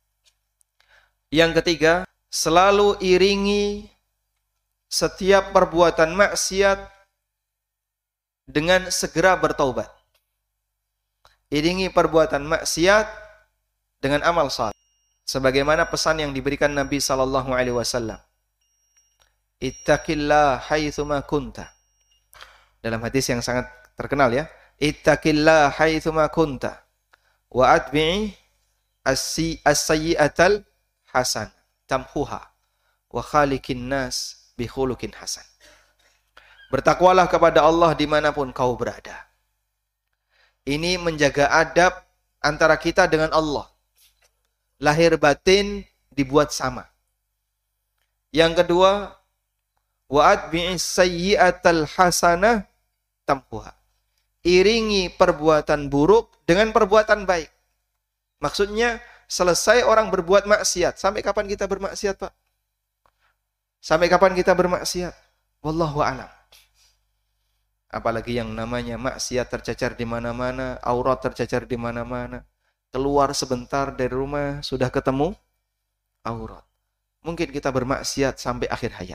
Yang ketiga, selalu iringi setiap perbuatan maksiat dengan segera bertaubat. Iringi perbuatan maksiat dengan amal saleh. Sebagaimana pesan yang diberikan Nabi sallallahu alaihi wasallam. Ittaqillah haitsuma kunta. Dalam hadis yang sangat terkenal ya. Ittaqillah haitsuma kunta wa atbi'i as-sayyi'atal hasan tamhuha wa khaliqin nas bi khuluqin hasan. Bertakwalah kepada Allah dimanapun kau berada. Ini menjaga adab antara kita dengan Allah. Lahir batin dibuat sama. Yang kedua, wa atbi'is sayyi'atal hasanah tamhuha. Iringi perbuatan buruk dengan perbuatan baik. Maksudnya, selesai orang berbuat maksiat. Sampai kapan kita bermaksiat, Pak? Sampai kapan kita bermaksiat? Wallahu a'lam. Apalagi yang namanya maksiat tercecer di mana-mana, aurat tercecer di mana-mana. Keluar sebentar dari rumah, sudah ketemu aurat. Mungkin kita bermaksiat sampai akhir hayat.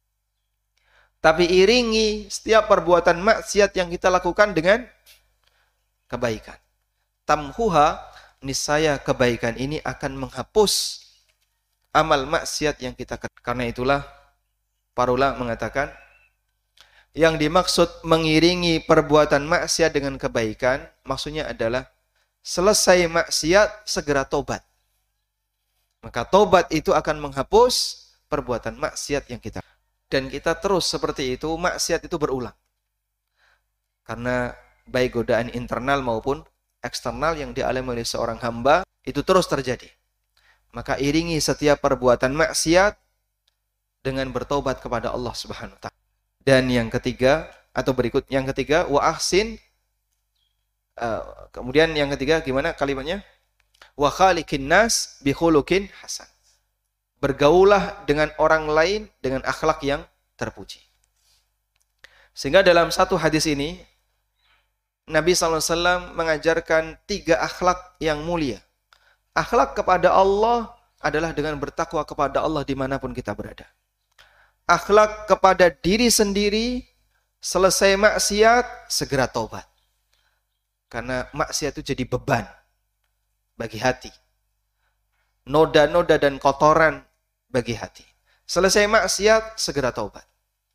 Tapi iringi setiap perbuatan maksiat yang kita lakukan dengan kebaikan. Tamhuha, niscaya kebaikan ini akan menghapus amal maksiat yang kita kerjakan. Karena itulah para ulama mengatakan, yang dimaksud mengiringi perbuatan maksiat dengan kebaikan, maksudnya adalah selesai maksiat, segera tobat. Maka tobat itu akan menghapus perbuatan maksiat yang kita. Dan kita terus seperti itu, maksiat itu berulang. Karena baik godaan internal maupun eksternal yang dialami oleh seorang hamba, itu terus terjadi. Maka iringi setiap perbuatan maksiat dengan bertobat kepada Allah Subhanahu wa taala. Dan yang ketiga, atau berikut yang ketiga, wa ahsin. Uh, kemudian yang ketiga gimana kalimatnya? Wa khaliqin nas bi khuluqin hasan. Bergaulah dengan orang lain dengan akhlak yang terpuji. Sehingga dalam satu hadis ini, Nabi sallallahu alaihi wasallam mengajarkan tiga akhlak yang mulia. Akhlak kepada Allah adalah dengan bertakwa kepada Allah dimanapun kita berada. Akhlak kepada diri sendiri, selesai maksiat, segera taubat. Karena maksiat itu jadi beban bagi hati. Noda-noda dan kotoran bagi hati. Selesai maksiat, segera taubat.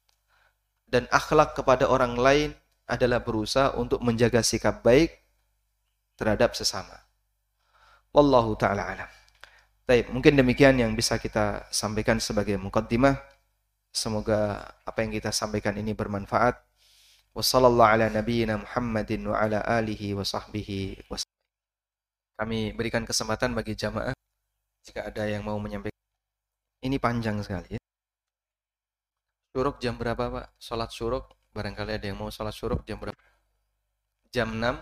Dan akhlak kepada orang lain adalah berusaha untuk menjaga sikap baik terhadap sesama. Wallahu ta'ala alam. Baik, mungkin demikian yang bisa kita sampaikan sebagai muqaddimah. Semoga apa yang kita sampaikan ini bermanfaat. Wassallallahu ala nabiyyina Muhammadin wa ala alihi wa sahbihi wasallam. Kami berikan kesempatan bagi jamaah jika ada yang mau menyampaikan. Ini panjang sekali ya. Syuruk jam berapa, Pak? Salat syuruk, barangkali ada yang mau salat syuruk jam berapa? Jam enam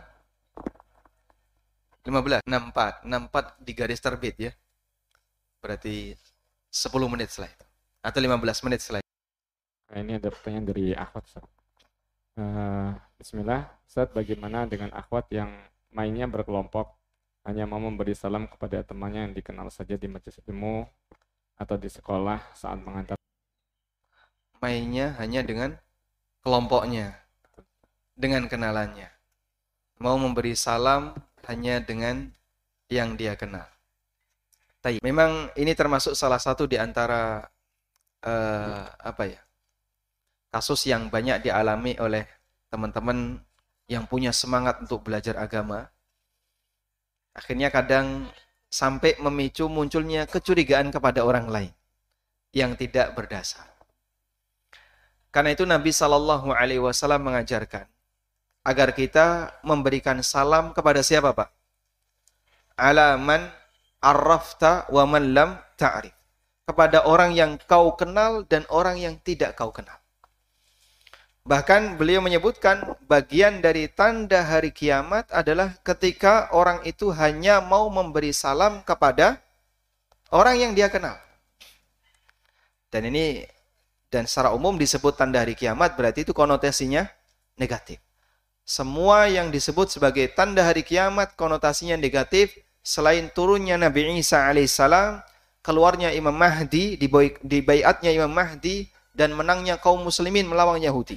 lima belas, enam empat, enam empat di garis terbit ya. Berarti sepuluh menit setelah itu. Atau lima belas menit setelah itu. Nah, ini ada pertanyaan dari akhwat. Uh, Bismillah, Ustaz, bagaimana dengan akhwat yang mainnya berkelompok, hanya mau memberi salam kepada temannya yang dikenal saja di majelis ilmu atau di sekolah saat mengantar? Mainnya hanya dengan kelompoknya, dengan kenalannya. Mau memberi salam hanya dengan yang dia kenal. Tapi memang ini termasuk salah satu di antara uh, apa ya? kasus yang banyak dialami oleh teman-teman yang punya semangat untuk belajar agama. Akhirnya kadang sampai memicu munculnya kecurigaan kepada orang lain yang tidak berdasar. Karena itu Nabi shallallahu alaihi wasallam mengajarkan agar kita memberikan salam kepada siapa, Pak? Ala man arrafta wa man lam ta'rif. Kepada orang yang kau kenal dan orang yang tidak kau kenal. Bahkan beliau menyebutkan bagian dari tanda hari kiamat adalah ketika orang itu hanya mau memberi salam kepada orang yang dia kenal. Dan ini, dan secara umum disebut tanda hari kiamat, berarti itu konotasinya negatif. Semua yang disebut sebagai tanda hari kiamat konotasinya negatif, selain turunnya Nabi Isa alaihissalam, keluarnya Imam Mahdi, di baiatnya Imam Mahdi, dan menangnya kaum muslimin melawan Yahudi.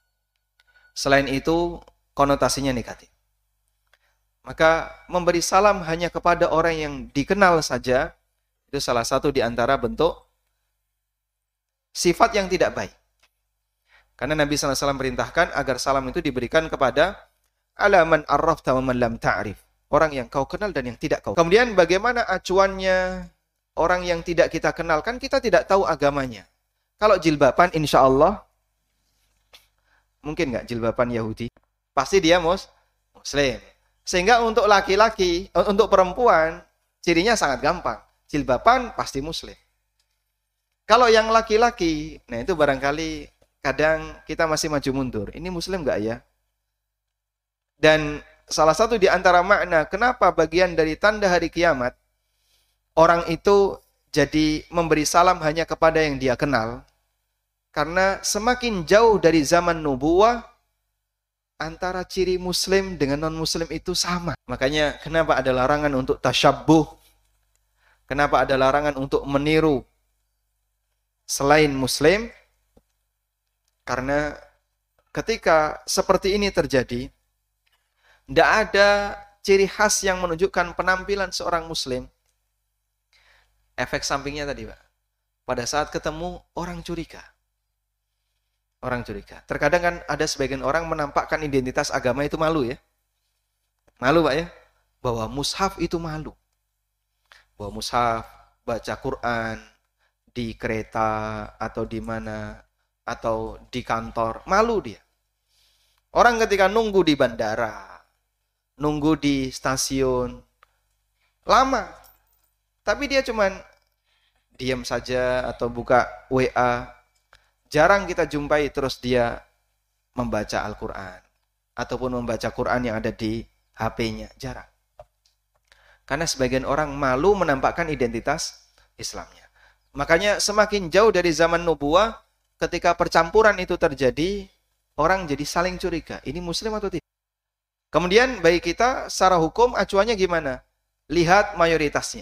Selain itu, konotasinya negatif. Maka memberi salam hanya kepada orang yang dikenal saja, itu salah satu di antara bentuk sifat yang tidak baik. Karena Nabi shallallahu alaihi wasallam perintahkan agar salam itu diberikan kepada ala man arrafta wa man lam ta'rif. Orang yang kau kenal dan yang tidak kau. Kemudian bagaimana acuannya orang yang tidak kita kenal? Kan kita tidak tahu agamanya. Kalau jilbaban insya Allah mungkin nggak jilbaban Yahudi? Pasti dia mus muslim. Sehingga untuk laki-laki, untuk perempuan, cirinya sangat gampang. Jilbaban pasti muslim. Kalau yang laki-laki, nah itu barangkali kadang kita masih maju mundur. Ini muslim nggak ya? Dan salah satu di antara makna kenapa bagian dari tanda hari kiamat, orang itu jadi memberi salam hanya kepada yang dia kenal. Karena semakin jauh dari zaman nubuwah, antara ciri muslim dengan non-muslim itu sama. Makanya kenapa ada larangan untuk tasyabbuh? Kenapa ada larangan untuk meniru selain muslim? Karena ketika seperti ini terjadi, tidak ada ciri khas yang menunjukkan penampilan seorang muslim. Efek sampingnya tadi, Pak. Pada saat ketemu, orang curiga. Orang curiga. Terkadang kan ada sebagian orang menampakkan identitas agama itu malu ya. Malu, Pak ya. Bahwa mushaf itu malu. Bahwa mushaf, baca Quran, di kereta, atau di mana, atau di kantor. Malu dia. Orang ketika nunggu di bandara, nunggu di stasiun, lama. Tapi dia cuman diam saja atau buka W A. Jarang kita jumpai terus dia membaca Al-Quran. Ataupun membaca Quran yang ada di H P-nya. Jarang. Karena sebagian orang malu menampakkan identitas Islamnya. Makanya semakin jauh dari zaman nubuwah, ketika percampuran itu terjadi, orang jadi saling curiga. Ini muslim atau tidak? Kemudian bagi kita secara hukum acuannya gimana? Lihat mayoritasnya.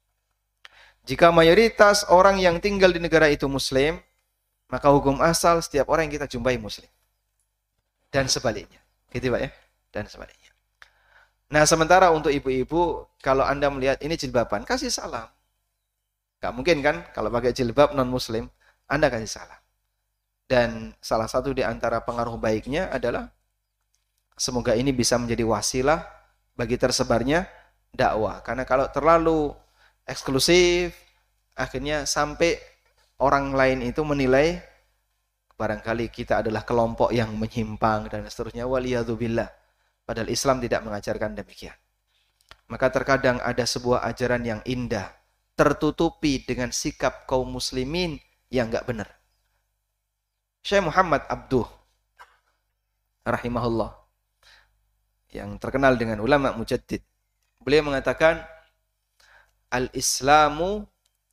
Jika mayoritas orang yang tinggal di negara itu muslim, maka hukum asal setiap orang yang kita jumpai muslim. Dan sebaliknya. Gitu Pak ya? Dan sebaliknya. Nah sementara untuk ibu-ibu, kalau Anda melihat ini jilbaban, kasih salam. Gak mungkin kan kalau pakai jilbab non-muslim, Anda kasih salam. Dan salah satu di antara pengaruh baiknya adalah semoga ini bisa menjadi wasilah bagi tersebarnya dakwah. Karena kalau terlalu eksklusif, akhirnya sampai orang lain itu menilai barangkali kita adalah kelompok yang menyimpang dan seterusnya. Waliyadzubillah. Padahal Islam tidak mengajarkan demikian. Maka terkadang ada sebuah ajaran yang indah tertutupi dengan sikap kaum muslimin yang enggak benar. Syekh Muhammad Abduh rahimahullah yang terkenal dengan ulama mujaddid, beliau mengatakan al-islamu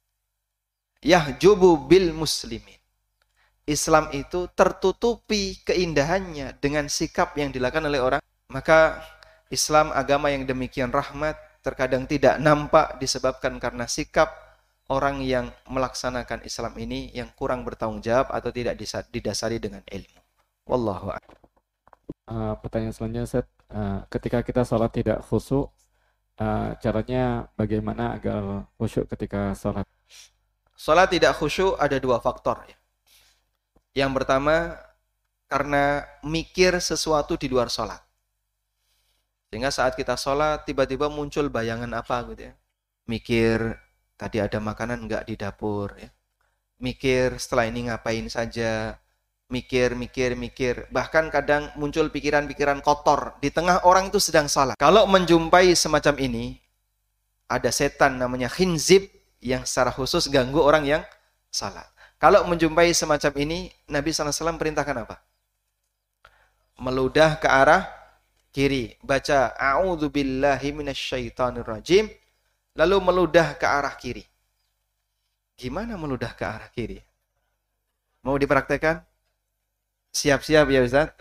yahjubu bil muslimin. Islam itu tertutupi keindahannya dengan sikap yang dilakukan oleh orang. Maka Islam agama yang demikian rahmat terkadang tidak nampak disebabkan karena sikap orang yang melaksanakan Islam ini yang kurang bertanggung jawab atau tidak didasari dengan ilmu. Wallahu a'lam. Uh, pertanyaan selanjutnya, Ustaz. Uh, ketika kita sholat tidak khusyuk, uh, caranya bagaimana agar khusyuk ketika sholat? Sholat tidak khusyuk ada dua faktor. Ya. Yang pertama, karena mikir sesuatu di luar sholat. Sehingga saat kita sholat, tiba-tiba muncul bayangan apa gitu ya. Mikir, tadi ada makanan enggak di dapur ya. Mikir setelah ini ngapain saja. Mikir, mikir, mikir. Bahkan kadang muncul pikiran-pikiran kotor di tengah orang itu sedang sholat. Kalau menjumpai semacam ini, ada setan namanya khinzib yang secara khusus ganggu orang yang sholat. Kalau menjumpai semacam ini, Nabi shallallahu alaihi wasallam perintahkan apa? Meludah ke arah kiri. Baca a'udzubillahi minasyaitonirrajim. Lalu meludah ke arah kiri. Gimana meludah ke arah kiri? Mau dipraktekkan? Siap-siap ya Ustaz?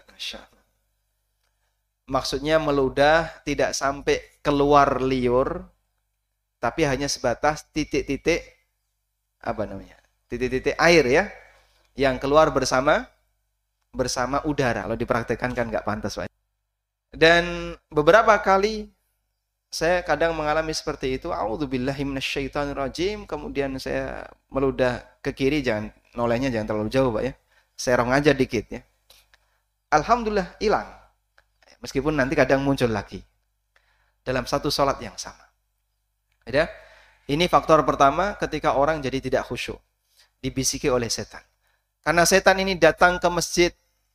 Maksudnya meludah tidak sampai keluar liur, tapi hanya sebatas titik-titik apa namanya? Titik-titik air ya, yang keluar bersama bersama udara. Kalau dipraktekkan kan nggak pantas, Pak. Dan beberapa kali saya kadang mengalami seperti itu. A'udzubillahi minasyaitonirrajim. Kemudian saya meludah ke kiri, jangan nolehnya jangan terlalu jauh, Pak ya. Serong aja dikit ya. Alhamdulillah hilang. Meskipun nanti kadang muncul lagi dalam satu sholat yang sama. Ya. Ini faktor pertama ketika orang jadi tidak khusyuk. Dibisiki oleh setan. Karena setan ini datang ke masjid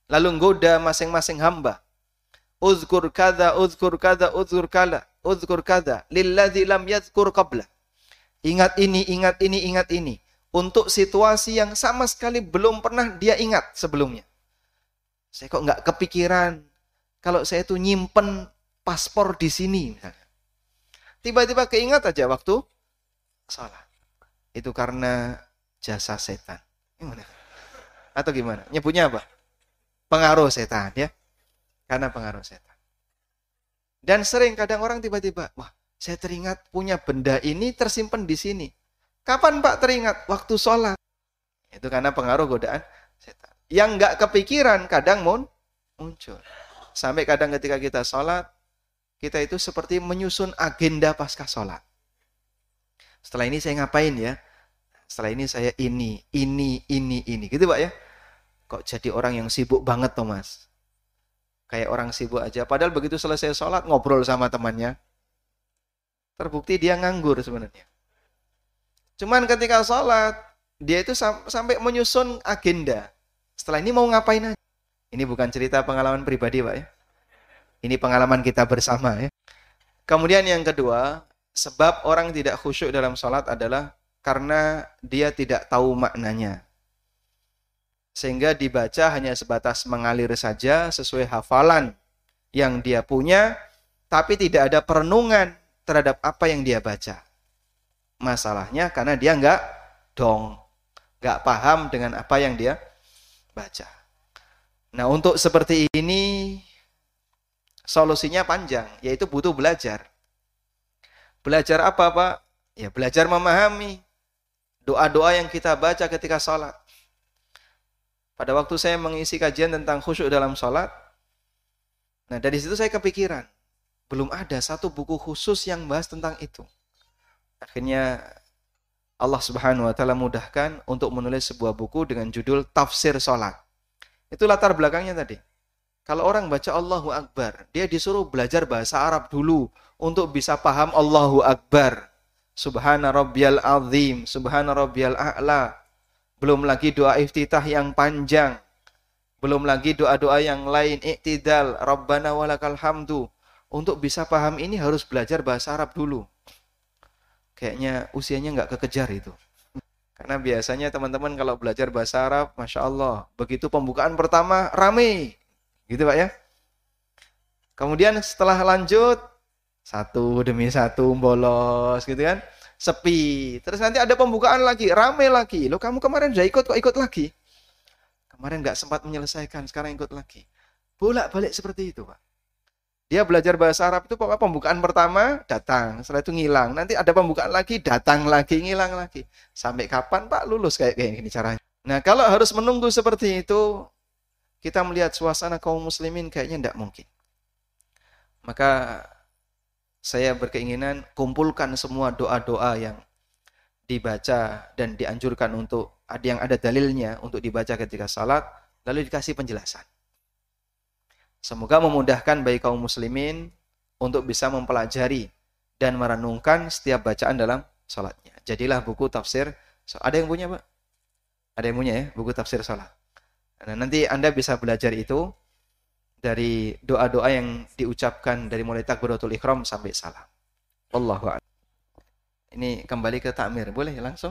lalu goda masing-masing hamba. Uzkur kada, uzkur kada, uzkur kala, uzkur kada, lilladzi lam yadhkur qabla. Ingat ini, ingat ini, ingat ini. Untuk situasi yang sama sekali belum pernah dia ingat sebelumnya. Saya kok nggak kepikiran kalau saya tuh nyimpen paspor di sini misalnya. Tiba-tiba keingat aja waktu salat. Itu karena jasa setan. Gimana? Atau gimana? Nyebutnya apa? Pengaruh setan ya. Karena pengaruh setan. Dan sering kadang orang tiba-tiba, wah, saya teringat punya benda ini tersimpan di sini. Kapan Pak teringat? Waktu sholat. Itu karena pengaruh godaan setan. Yang nggak kepikiran kadang muncul. Sampai kadang ketika kita sholat, kita itu seperti menyusun agenda pasca sholat. Setelah ini saya ngapain ya? Setelah ini saya ini, ini, ini, ini. Gitu Pak ya? Kok jadi orang yang sibuk banget Thomas? Kayak orang sibuk aja. Padahal begitu selesai sholat, ngobrol sama temannya. Terbukti dia nganggur sebenarnya. Cuman ketika sholat, dia itu sam sampai menyusun agenda. Setelah ini mau ngapain aja. Ini bukan cerita pengalaman pribadi Pak ya. Ini pengalaman kita bersama ya. Kemudian yang kedua, sebab orang tidak khusyuk dalam sholat adalah karena dia tidak tahu maknanya. Sehingga dibaca hanya sebatas mengalir saja sesuai hafalan yang dia punya, tapi tidak ada perenungan terhadap apa yang dia baca. Masalahnya karena dia nggak dong, nggak paham dengan apa yang dia baca. Nah untuk seperti ini, solusinya panjang, yaitu butuh belajar. Belajar apa Pak? Ya belajar memahami doa-doa yang kita baca ketika sholat. Pada waktu saya mengisi kajian tentang khusyuk dalam sholat, nah dari situ saya kepikiran, belum ada satu buku khusus yang bahas tentang itu. Akhirnya Allah Subhanahu wa taala mudahkan untuk menulis sebuah buku dengan judul Tafsir Sholat. Itu latar belakangnya tadi. Kalau orang baca Allahu Akbar, dia disuruh belajar bahasa Arab dulu untuk bisa paham Allahu Akbar. Subhana rabbiyal azim, subhana rabbiyal a'la. Belum lagi doa iftitah yang panjang. Belum lagi doa-doa yang lain, iktidal, Rabbana walakal hamdu. Untuk bisa paham ini harus belajar bahasa Arab dulu. Kayaknya usianya nggak kekejar itu. Karena biasanya teman-teman kalau belajar bahasa Arab, Masya Allah, begitu pembukaan pertama, rame. Gitu Pak ya. Kemudian setelah lanjut, satu demi satu bolos gitu kan. Sepi. Terus nanti ada pembukaan lagi, rame lagi. Loh kamu kemarin udah ikut, kok ikut lagi? Kemarin nggak sempat menyelesaikan, sekarang ikut lagi. Bolak-balik seperti itu Pak. Dia belajar bahasa Arab itu pokoknya pembukaan pertama, datang. Setelah itu ngilang. Nanti ada pembukaan lagi, datang lagi, ngilang lagi. Sampai kapan Pak lulus kayak gini caranya? Nah kalau harus menunggu seperti itu, kita melihat suasana kaum muslimin kayaknya tidak mungkin. Maka saya berkeinginan kumpulkan semua doa-doa yang dibaca dan dianjurkan untuk yang ada dalilnya untuk dibaca ketika salat, lalu dikasih penjelasan. Semoga memudahkan bagi kaum muslimin untuk bisa mempelajari dan merenungkan setiap bacaan dalam salatnya. Jadilah buku tafsir. Ada yang punya Pak? Ada yang punya ya buku tafsir salat. Nah, nanti Anda bisa belajar itu dari doa-doa yang diucapkan dari mulai takbiratul ihram sampai salam. Wallahu a'lam. Ini kembali ke takmir, boleh langsung?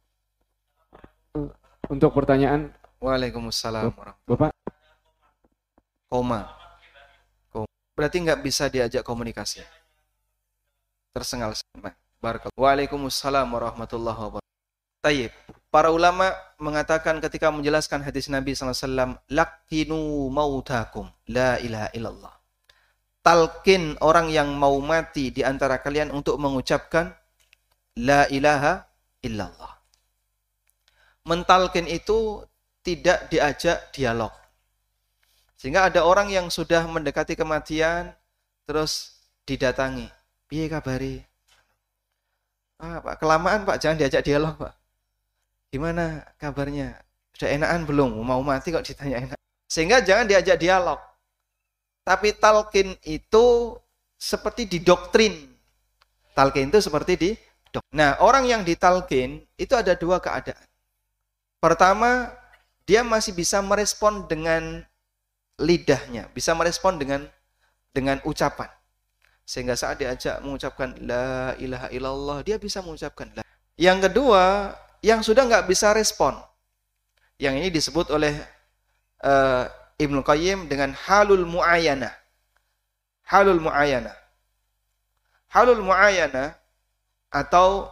Untuk pertanyaan. Waalaikumsalam. Bapak. Koma. Koma. Berarti nggak bisa diajak komunikasi. Tersengal. Barakallahu. Waalaikumsalam warahmatullahi wabarakatuh. Tayyib. Para ulama mengatakan ketika menjelaskan hadis Nabi sallallahu alaihi wasallam, laqinu mautakum la ilaha illallah. Talqin orang yang mau mati di antara kalian untuk mengucapkan la ilaha illallah. Mentalkin itu tidak diajak dialog. Sehingga ada orang yang sudah mendekati kematian terus didatangi. Piye kabari? Ah, Pak, kelamaan Pak, jangan diajak dialog, Pak. Gimana kabarnya? Sudah enakan belum? Mau mati kok ditanya enak. Sehingga jangan diajak dialog. Tapi talqin itu seperti didoktrin. Talqin itu seperti di Nah, orang yang ditalqin itu ada dua keadaan. Pertama, dia masih bisa merespon dengan lidahnya, bisa merespon dengan dengan ucapan. Sehingga saat diajak mengucapkan la ilaha illallah, dia bisa mengucapkan la. Yang kedua, yang sudah nggak bisa respon. Yang ini disebut oleh uh, Ibnu Qayyim dengan halul mu'ayyanah. Halul mu'ayyanah. Halul mu'ayyanah atau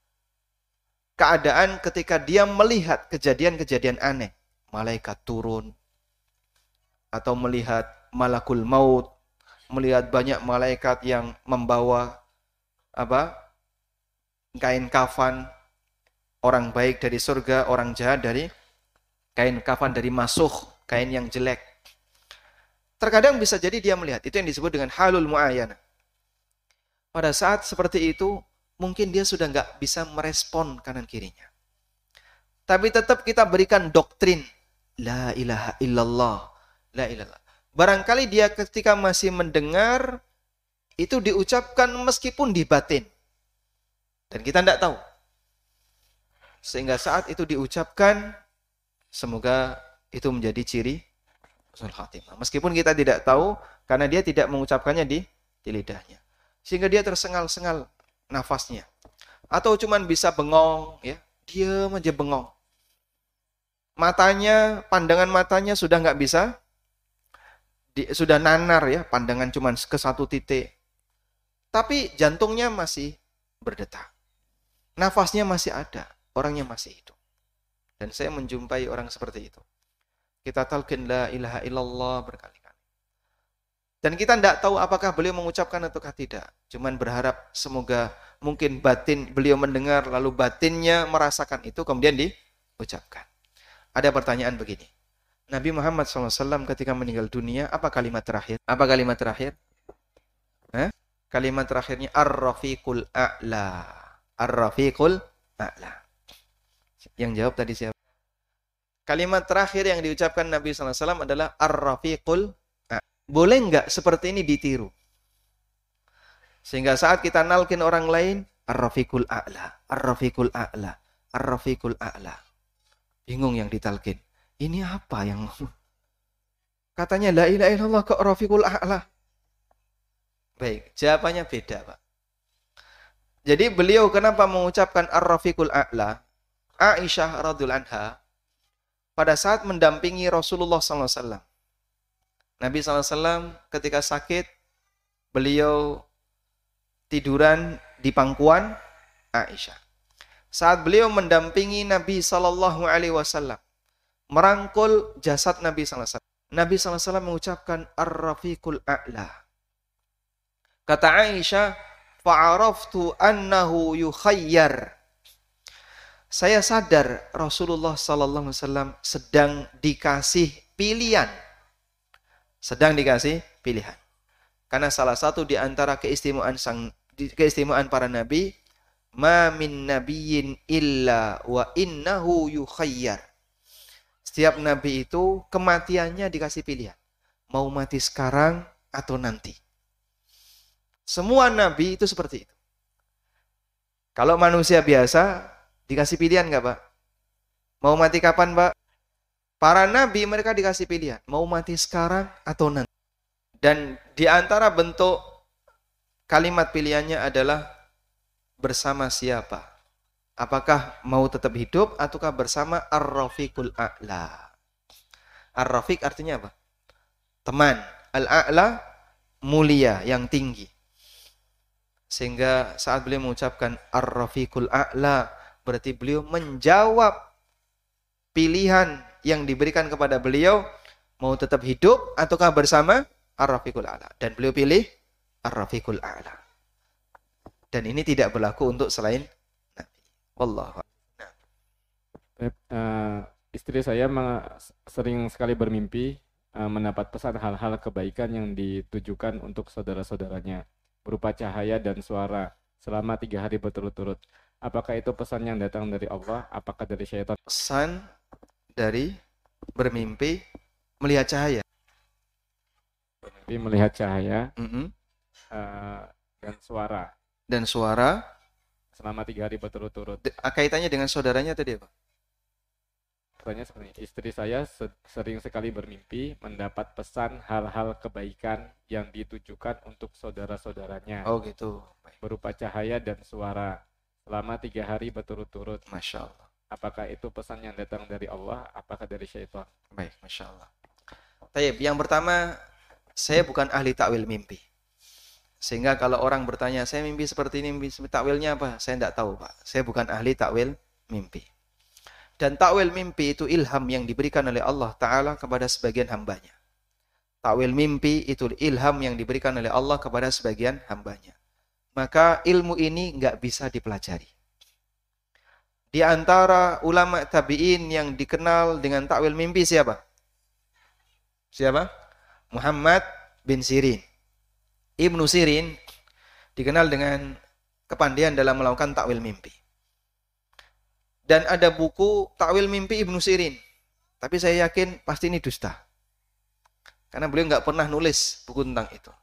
keadaan ketika dia melihat kejadian-kejadian aneh. Malaikat turun. Atau melihat malakul maut. Melihat banyak malaikat yang membawa apa? Kain kafan. Orang baik dari surga, orang jahat dari kain kafan dari masuh, kain yang jelek. Terkadang bisa jadi dia melihat. Itu yang disebut dengan halul mu'ayyanah. Pada saat seperti itu, mungkin dia sudah nggak bisa merespon kanan kirinya. Tapi tetap kita berikan doktrin. La ilaha illallah. La ilallah. Barangkali dia ketika masih mendengar, itu diucapkan meskipun di batin. Dan kita tidak tahu. Sehingga saat itu diucapkan, semoga itu menjadi ciri husnul khatimah. Meskipun kita tidak tahu, karena dia tidak mengucapkannya di, di lidahnya. Sehingga dia tersengal-sengal nafasnya. Atau cuman bisa bengong, ya, diam aja bengong. Matanya, pandangan matanya sudah nggak bisa, di, sudah nanar ya, pandangan cuman ke satu titik. Tapi jantungnya masih berdetak. Nafasnya masih ada, orangnya masih hidup. Dan saya menjumpai orang seperti itu. Kita talqin la ilaha illallah berkali-kali. Dan kita tidak tahu apakah beliau mengucapkan ataukah tidak. Cuman berharap semoga mungkin batin beliau mendengar, lalu batinnya merasakan itu, kemudian diucapkan. Ada pertanyaan begini. Nabi Muhammad shallallahu alaihi wasallam ketika meninggal dunia, apa kalimat terakhir? Apa kalimat terakhir? Hah? Kalimat terakhirnya Ar-Rafiqul A'la. Ar-Rafiqul A'la. Yang jawab tadi siapa? Kalimat terakhir yang diucapkan Nabi shallallahu alaihi wasallam adalah Ar-Rafiqul A'la. Boleh nggak seperti ini ditiru? Sehingga saat kita nalkin orang lain, Ar-Rafiqul A'la, Ar-Rafiqul A'la, Ar-Rafiqul A'la. Bingung yang ditalkin. Ini apa yang katanya la ilaha illallah kok Rafiqul A'la? Baik, jawabannya beda, Pak. Jadi beliau kenapa mengucapkan Ar-Rafiqul A'la? Aisyah radhiyallahu anha pada saat mendampingi Rasulullah sallallahu alaihi wasallam. Nabi sallallahu alaihi wasallam ketika sakit, beliau tiduran di pangkuan Aisyah. Saat beliau mendampingi Nabi sallallahu alaihi wasallam, merangkul jasad Nabi sallallahu alaihi wasallam, Nabi sallallahu alaihi wasallam mengucapkan Ar-Rafiqul A'la. Kata Aisyah, fa'araftu annahu yukhayyar. Saya sadar Rasulullah sallallahu alaihi wasallam sedang dikasih pilihan. Sedang dikasih pilihan. Karena salah satu di antara keistimewaan sang keistimewaan para nabi, ma min nabiyyin illa wa innahu yukhayyar. Setiap nabi itu kematiannya dikasih pilihan. Mau mati sekarang atau nanti. Semua nabi itu seperti itu. Kalau manusia biasa, dikasih pilihan nggak, Pak? Mau mati kapan, Pak? Para nabi mereka dikasih pilihan. Mau mati sekarang atau nanti. Dan di antara bentuk kalimat pilihannya adalah bersama siapa? Apakah mau tetap hidup ataukah bersama Ar-Rafiqul A'la? Ar-Rafiq artinya apa? Teman. Al-A'la mulia, yang tinggi. Sehingga saat beliau mengucapkan Ar-Rafiqul A'la, berarti beliau menjawab pilihan yang diberikan kepada beliau, mau tetap hidup ataukah bersama Ar-Rafiqul A'la. Dan beliau pilih Ar-Rafiqul A'la. Dan ini tidak berlaku untuk selain Nabi. Wallahu a'lam. Uh, istri saya sering sekali bermimpi uh, mendapat pesan hal-hal kebaikan yang ditujukan untuk saudara-saudaranya berupa cahaya dan suara selama tiga hari berturut-turut. Apakah itu pesan yang datang dari Allah? Apakah dari syaitan? Pesan dari bermimpi melihat cahaya. Bermimpi melihat cahaya mm-hmm. uh, dan suara. Dan suara selama tiga hari berturut-turut. Kaitannya dengan saudaranya tadi apa? pertanyaan seperti ini. Istri saya se- sering sekali bermimpi mendapat pesan hal-hal kebaikan yang ditujukan untuk saudara-saudaranya Oh gitu. Baik. berupa cahaya dan suara selama tiga hari berturut-turut. Masya Allah. Apakah itu pesan yang datang dari Allah? Apakah dari syaitan? Baik, Masya Allah. Tayyib, yang pertama, saya bukan ahli takwil mimpi. Sehingga kalau orang bertanya, saya mimpi seperti ini, mimpi takwilnya apa? Saya tidak tahu, Pak. Saya bukan ahli takwil mimpi. Dan takwil mimpi itu ilham yang diberikan oleh Allah Ta'ala kepada sebagian hambanya. Takwil mimpi itu ilham yang diberikan oleh Allah kepada sebagian hambanya. Maka ilmu ini nggak bisa dipelajari. Di antara ulama tabi'in yang dikenal dengan takwil mimpi siapa? Siapa? Muhammad bin Sirin. Ibnu Sirin dikenal dengan kepandian dalam melakukan takwil mimpi. Dan ada buku takwil mimpi Ibnu Sirin. Tapi saya yakin pasti ini dusta. Karena beliau nggak pernah nulis buku tentang itu.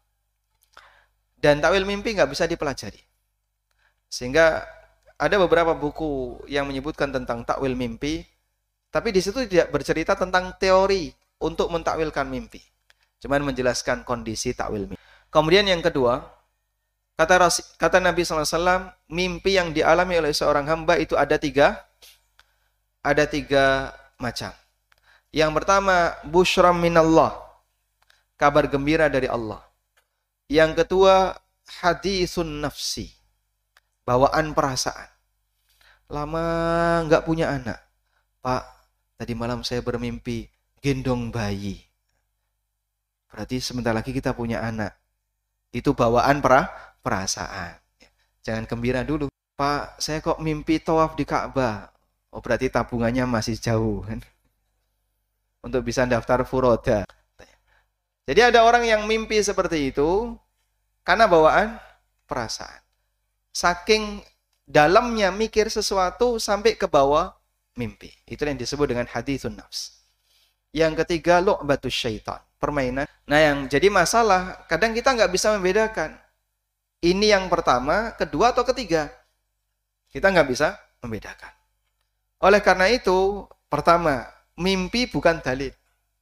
Dan takwil mimpi nggak bisa dipelajari. Sehingga ada beberapa buku yang menyebutkan tentang takwil mimpi, tapi di situ tidak bercerita tentang teori untuk mentakwilkan mimpi. Cuman menjelaskan kondisi takwil mimpi. Kemudian yang kedua, kata, kata Nabi shallallahu alaihi wasallam, mimpi yang dialami oleh seorang hamba itu ada tiga, ada tiga macam. Yang pertama, busyram minallah, kabar gembira dari Allah. Yang kedua, haditsun nafsi, bawaan perasaan. Lama nggak punya anak. Pak, tadi malam saya bermimpi gendong bayi. Berarti sebentar lagi kita punya anak. Itu bawaan pra, perasaan. Jangan gembira dulu. Pak, saya kok mimpi tawaf di Ka'bah. Oh, berarti tabungannya masih jauh. Untuk bisa daftar furoda. Jadi ada orang yang mimpi seperti itu karena bawaan perasaan. Saking dalamnya mikir sesuatu sampai ke bawah mimpi. Itu yang disebut dengan haditsun nafs. Yang ketiga, lu'batus syaitan, permainan. Nah, yang jadi masalah, kadang kita nggak bisa membedakan. Ini yang pertama, kedua, atau ketiga. Kita nggak bisa membedakan. Oleh karena itu, pertama, mimpi bukan dalil.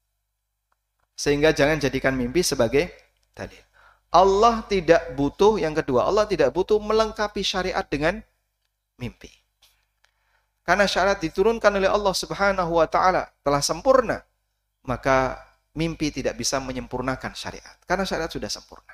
Sehingga jangan jadikan mimpi sebagai dalil. Allah tidak butuh, yang kedua, Allah tidak butuh melengkapi syariat dengan mimpi. Karena syariat diturunkan oleh Allah Subhanahu wa taala telah sempurna, maka mimpi tidak bisa menyempurnakan syariat. Karena syariat sudah sempurna.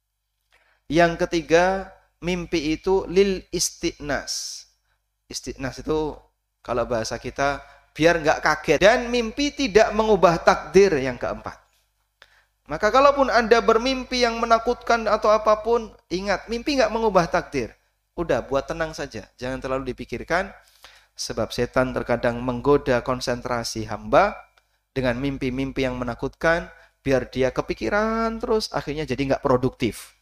Yang ketiga, mimpi itu lil istiqnas. Istiqnas itu kalau bahasa kita biar nggak kaget. Dan mimpi tidak mengubah takdir, yang keempat. Maka kalaupun Anda bermimpi yang menakutkan atau apapun, ingat, mimpi nggak mengubah takdir. Udah, buat tenang saja. Jangan terlalu dipikirkan. Sebab setan terkadang menggoda konsentrasi hamba dengan mimpi-mimpi yang menakutkan. Biar dia kepikiran terus, akhirnya jadi nggak produktif.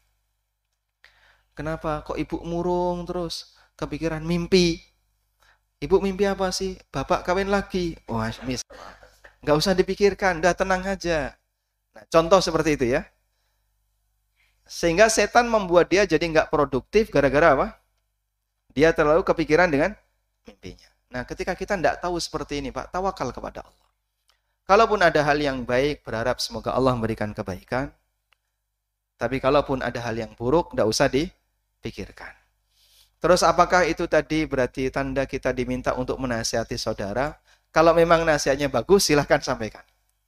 Kenapa? Kok ibu murung terus? Kepikiran mimpi. Ibu mimpi apa sih? Bapak kawin lagi. Wah, mis. Nggak usah dipikirkan, udah tenang aja. Nah, contoh seperti itu ya. Sehingga setan membuat dia jadi nggak produktif gara-gara apa? Dia terlalu kepikiran dengan mimpinya. Nah, ketika kita tidak tahu seperti ini, Pak, tawakal kepada Allah. Kalaupun ada hal yang baik, berharap semoga Allah memberikan kebaikan. Tapi kalaupun ada hal yang buruk, tidak usah dipikirkan. Terus apakah itu tadi berarti tanda kita diminta untuk menasihati saudara? Kalau memang nasihatnya bagus, silahkan sampaikan.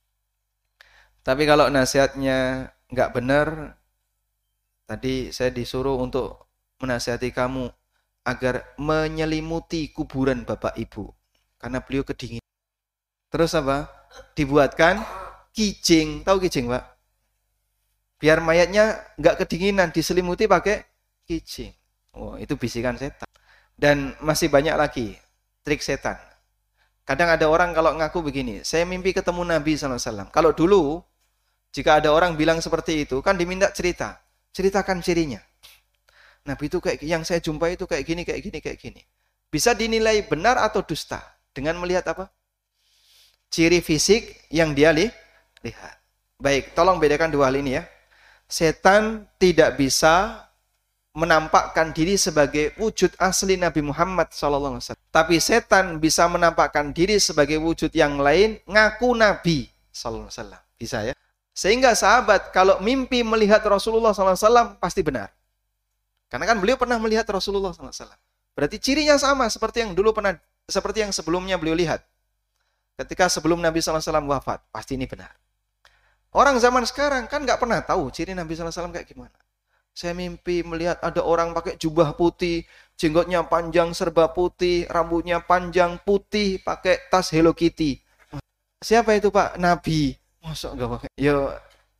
Tapi kalau nasihatnya nggak benar, tadi saya disuruh untuk menasihati kamu agar menyelimuti kuburan bapak ibu. Karena beliau kedinginan. Terus apa? Dibuatkan kijing. Tahu kijing, Pak? Biar mayatnya nggak kedinginan, diselimuti pakai kijing. Oh, itu bisikan setan. Dan masih banyak lagi trik setan. Kadang ada orang kalau ngaku begini, saya mimpi ketemu Nabi shallallahu alaihi wasallam. Kalau dulu, jika ada orang bilang seperti itu, kan diminta cerita. Ceritakan cirinya. Nabi itu kayak yang saya jumpai itu kayak gini, kayak gini, kayak gini. Bisa dinilai benar atau dusta dengan melihat apa? Ciri fisik yang dia li lihat. Baik, tolong bedakan dua hal ini ya. Setan tidak bisa menampakkan diri sebagai wujud asli Nabi Muhammad shallallahu alaihi wasallam. Tapi setan bisa menampakkan diri sebagai wujud yang lain, ngaku Nabi shallallahu alaihi wasallam. Bisa ya? Sehingga sahabat kalau mimpi melihat Rasulullah shallallahu alaihi wasallam pasti benar. Karena kan beliau pernah melihat Rasulullah shallallahu alaihi wasallam. Berarti cirinya sama seperti yang dulu pernah, seperti yang sebelumnya beliau lihat. Ketika sebelum Nabi shallallahu alaihi wasallam wafat, pasti ini benar. Orang zaman sekarang kan nggak pernah tahu ciri Nabi shallallahu alaihi wasallam kayak gimana. Saya mimpi melihat ada orang pakai jubah putih, jenggotnya panjang serba putih, rambutnya panjang putih, pakai tas Hello Kitty. Siapa itu Pak? Nabi. Masa nggak pakai? Yo,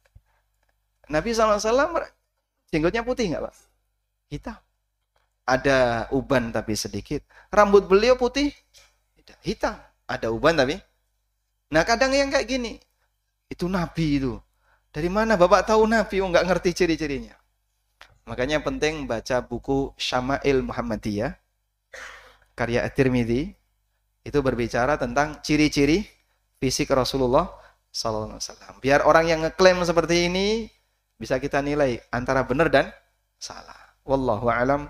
Nabi shallallahu alaihi wasallam jenggotnya putih nggak Pak? Hitam. Ada uban tapi sedikit. Rambut beliau putih, hitam. Ada uban tapi. Nah kadang yang kayak gini, itu Nabi itu. Dari mana Bapak tahu Nabi? Oh nggak ngerti ciri-cirinya. Makanya penting baca buku Syama'il Muhammadiyah karya At-Tirmidzi. Itu berbicara tentang ciri-ciri fisik Rasulullah sallallahu alaihi wasallam. Biar orang yang ngeklaim seperti ini bisa kita nilai antara benar dan salah. Wallahu alam.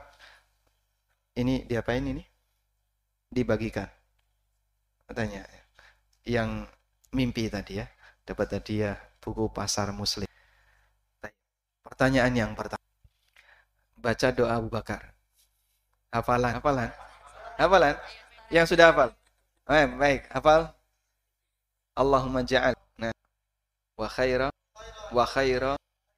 Ini diapain ini? Dibagikan. Katanya yang mimpi tadi ya, dapat hadiah buku Pasar Muslim. Pertanyaan yang pertama. Baca doa Abu Bakar. Hafalan, hafalan. Hafalan? Yang sudah hafal? Eh, baik, hafal. Allahumma ja'al nah, wa khaira wa khaira.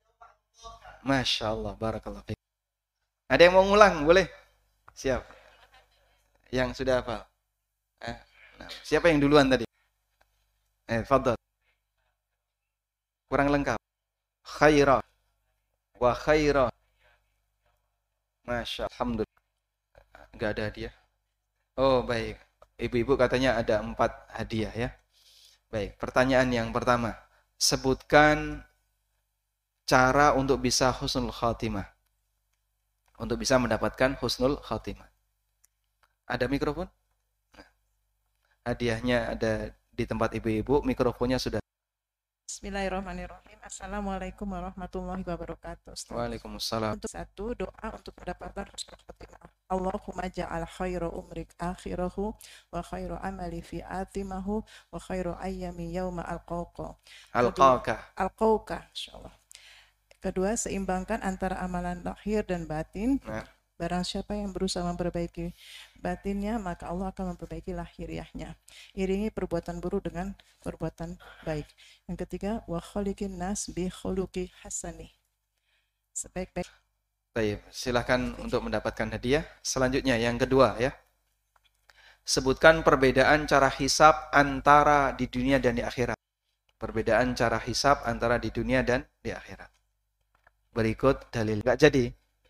Masya Allah, barakallah. Ada yang mau ngulang? Boleh? Siap. Yang sudah hafal? Eh, nah, siapa yang duluan tadi? Eh, fadhal. Kurang lengkap. Khaira wa khaira. Masya Allah. Alhamdulillah. Enggak ada hadiah. Oh, baik. Ibu-ibu katanya ada empat hadiah ya. Baik, pertanyaan yang pertama. Sebutkan cara untuk bisa husnul khatimah. Untuk bisa mendapatkan husnul khatimah. Ada mikrofon? Nah, hadiahnya ada di tempat ibu-ibu, mikrofonnya sudah. Bismillahirrahmanirrahim. Assalamualaikum warahmatullahi wabarakatuh. Waalaikumsalam. Untuk satu doa untuk mendapatkan husnul khatimah. Allahumma ja'al khairu umrik akhirahu wa khairu amali fi atimahu wa khairu ayyami yauma alqauqa. Alqauka. Alqauka, insyaallah. Kedua, seimbangkan antara amalan lahir dan batin. Nah. Barang siapa yang berusaha memperbaiki batinnya, maka Allah akan memperbaiki lahiriahnya. Iringi perbuatan buruk dengan perbuatan baik. Yang ketiga, wa khaliqin nas bi khuluqi hasani. Sebaik-baik. Baik, silakan untuk mendapatkan hadiah. Selanjutnya yang kedua ya. Sebutkan perbedaan cara hisab antara di dunia dan di akhirat. Perbedaan cara hisab antara di dunia dan di akhirat. Berikut dalil. Enggak jadi.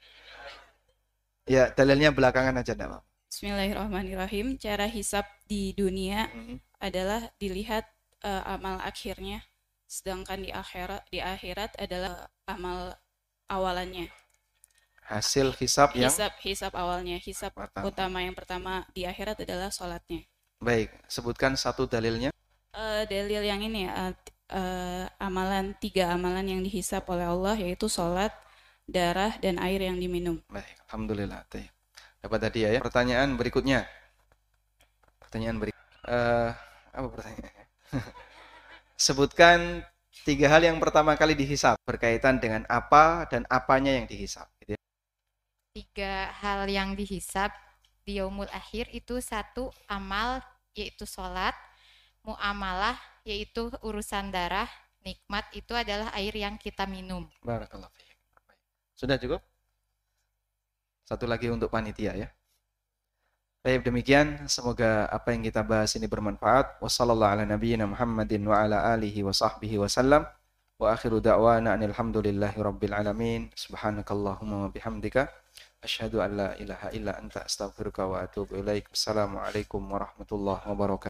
Ya, dalilnya belakangan aja, enggak apa-apa. Bismillahirrahmanirrahim. Cara hisab di dunia Hmm. adalah dilihat uh, amal akhirnya, sedangkan di akhirat di akhirat adalah amal awalannya. Hasil hisab yang Hisab hisab awalnya, hisab pertama. utama yang pertama di akhirat adalah sholatnya. Baik, sebutkan satu dalilnya. Uh, dalil yang ini uh, uh, amalan tiga amalan yang dihisab oleh Allah yaitu sholat, darah, dan air yang diminum. Baik, alhamdulillah. Dapat hadiah ya. Pertanyaan berikutnya. Pertanyaan berikut. Uh, apa pertanyaannya? Sebutkan tiga hal yang pertama kali dihisab berkaitan dengan apa dan apanya yang dihisab. Gitu ya. Tiga hal yang dihisab di yaumul akhir itu satu amal yaitu sholat, muamalah yaitu urusan darah, nikmat itu adalah air yang kita minum. Barakallahu fiik. Sudah cukup? Satu lagi untuk panitia ya. Baik, demikian semoga apa yang kita bahas ini bermanfaat. Wassallallahu ala nabiyyina Muhammadin wa ala alihi wa sahbihi wasallam. Wa akhiru da'wana alhamdulillahi rabbil alamin. Subhanakallahumma wa bihamdika asyhadu an la ilaha illa anta astaghfiruka wa atubu ilaik. Assalamualaikum warahmatullahi wabarakatuh.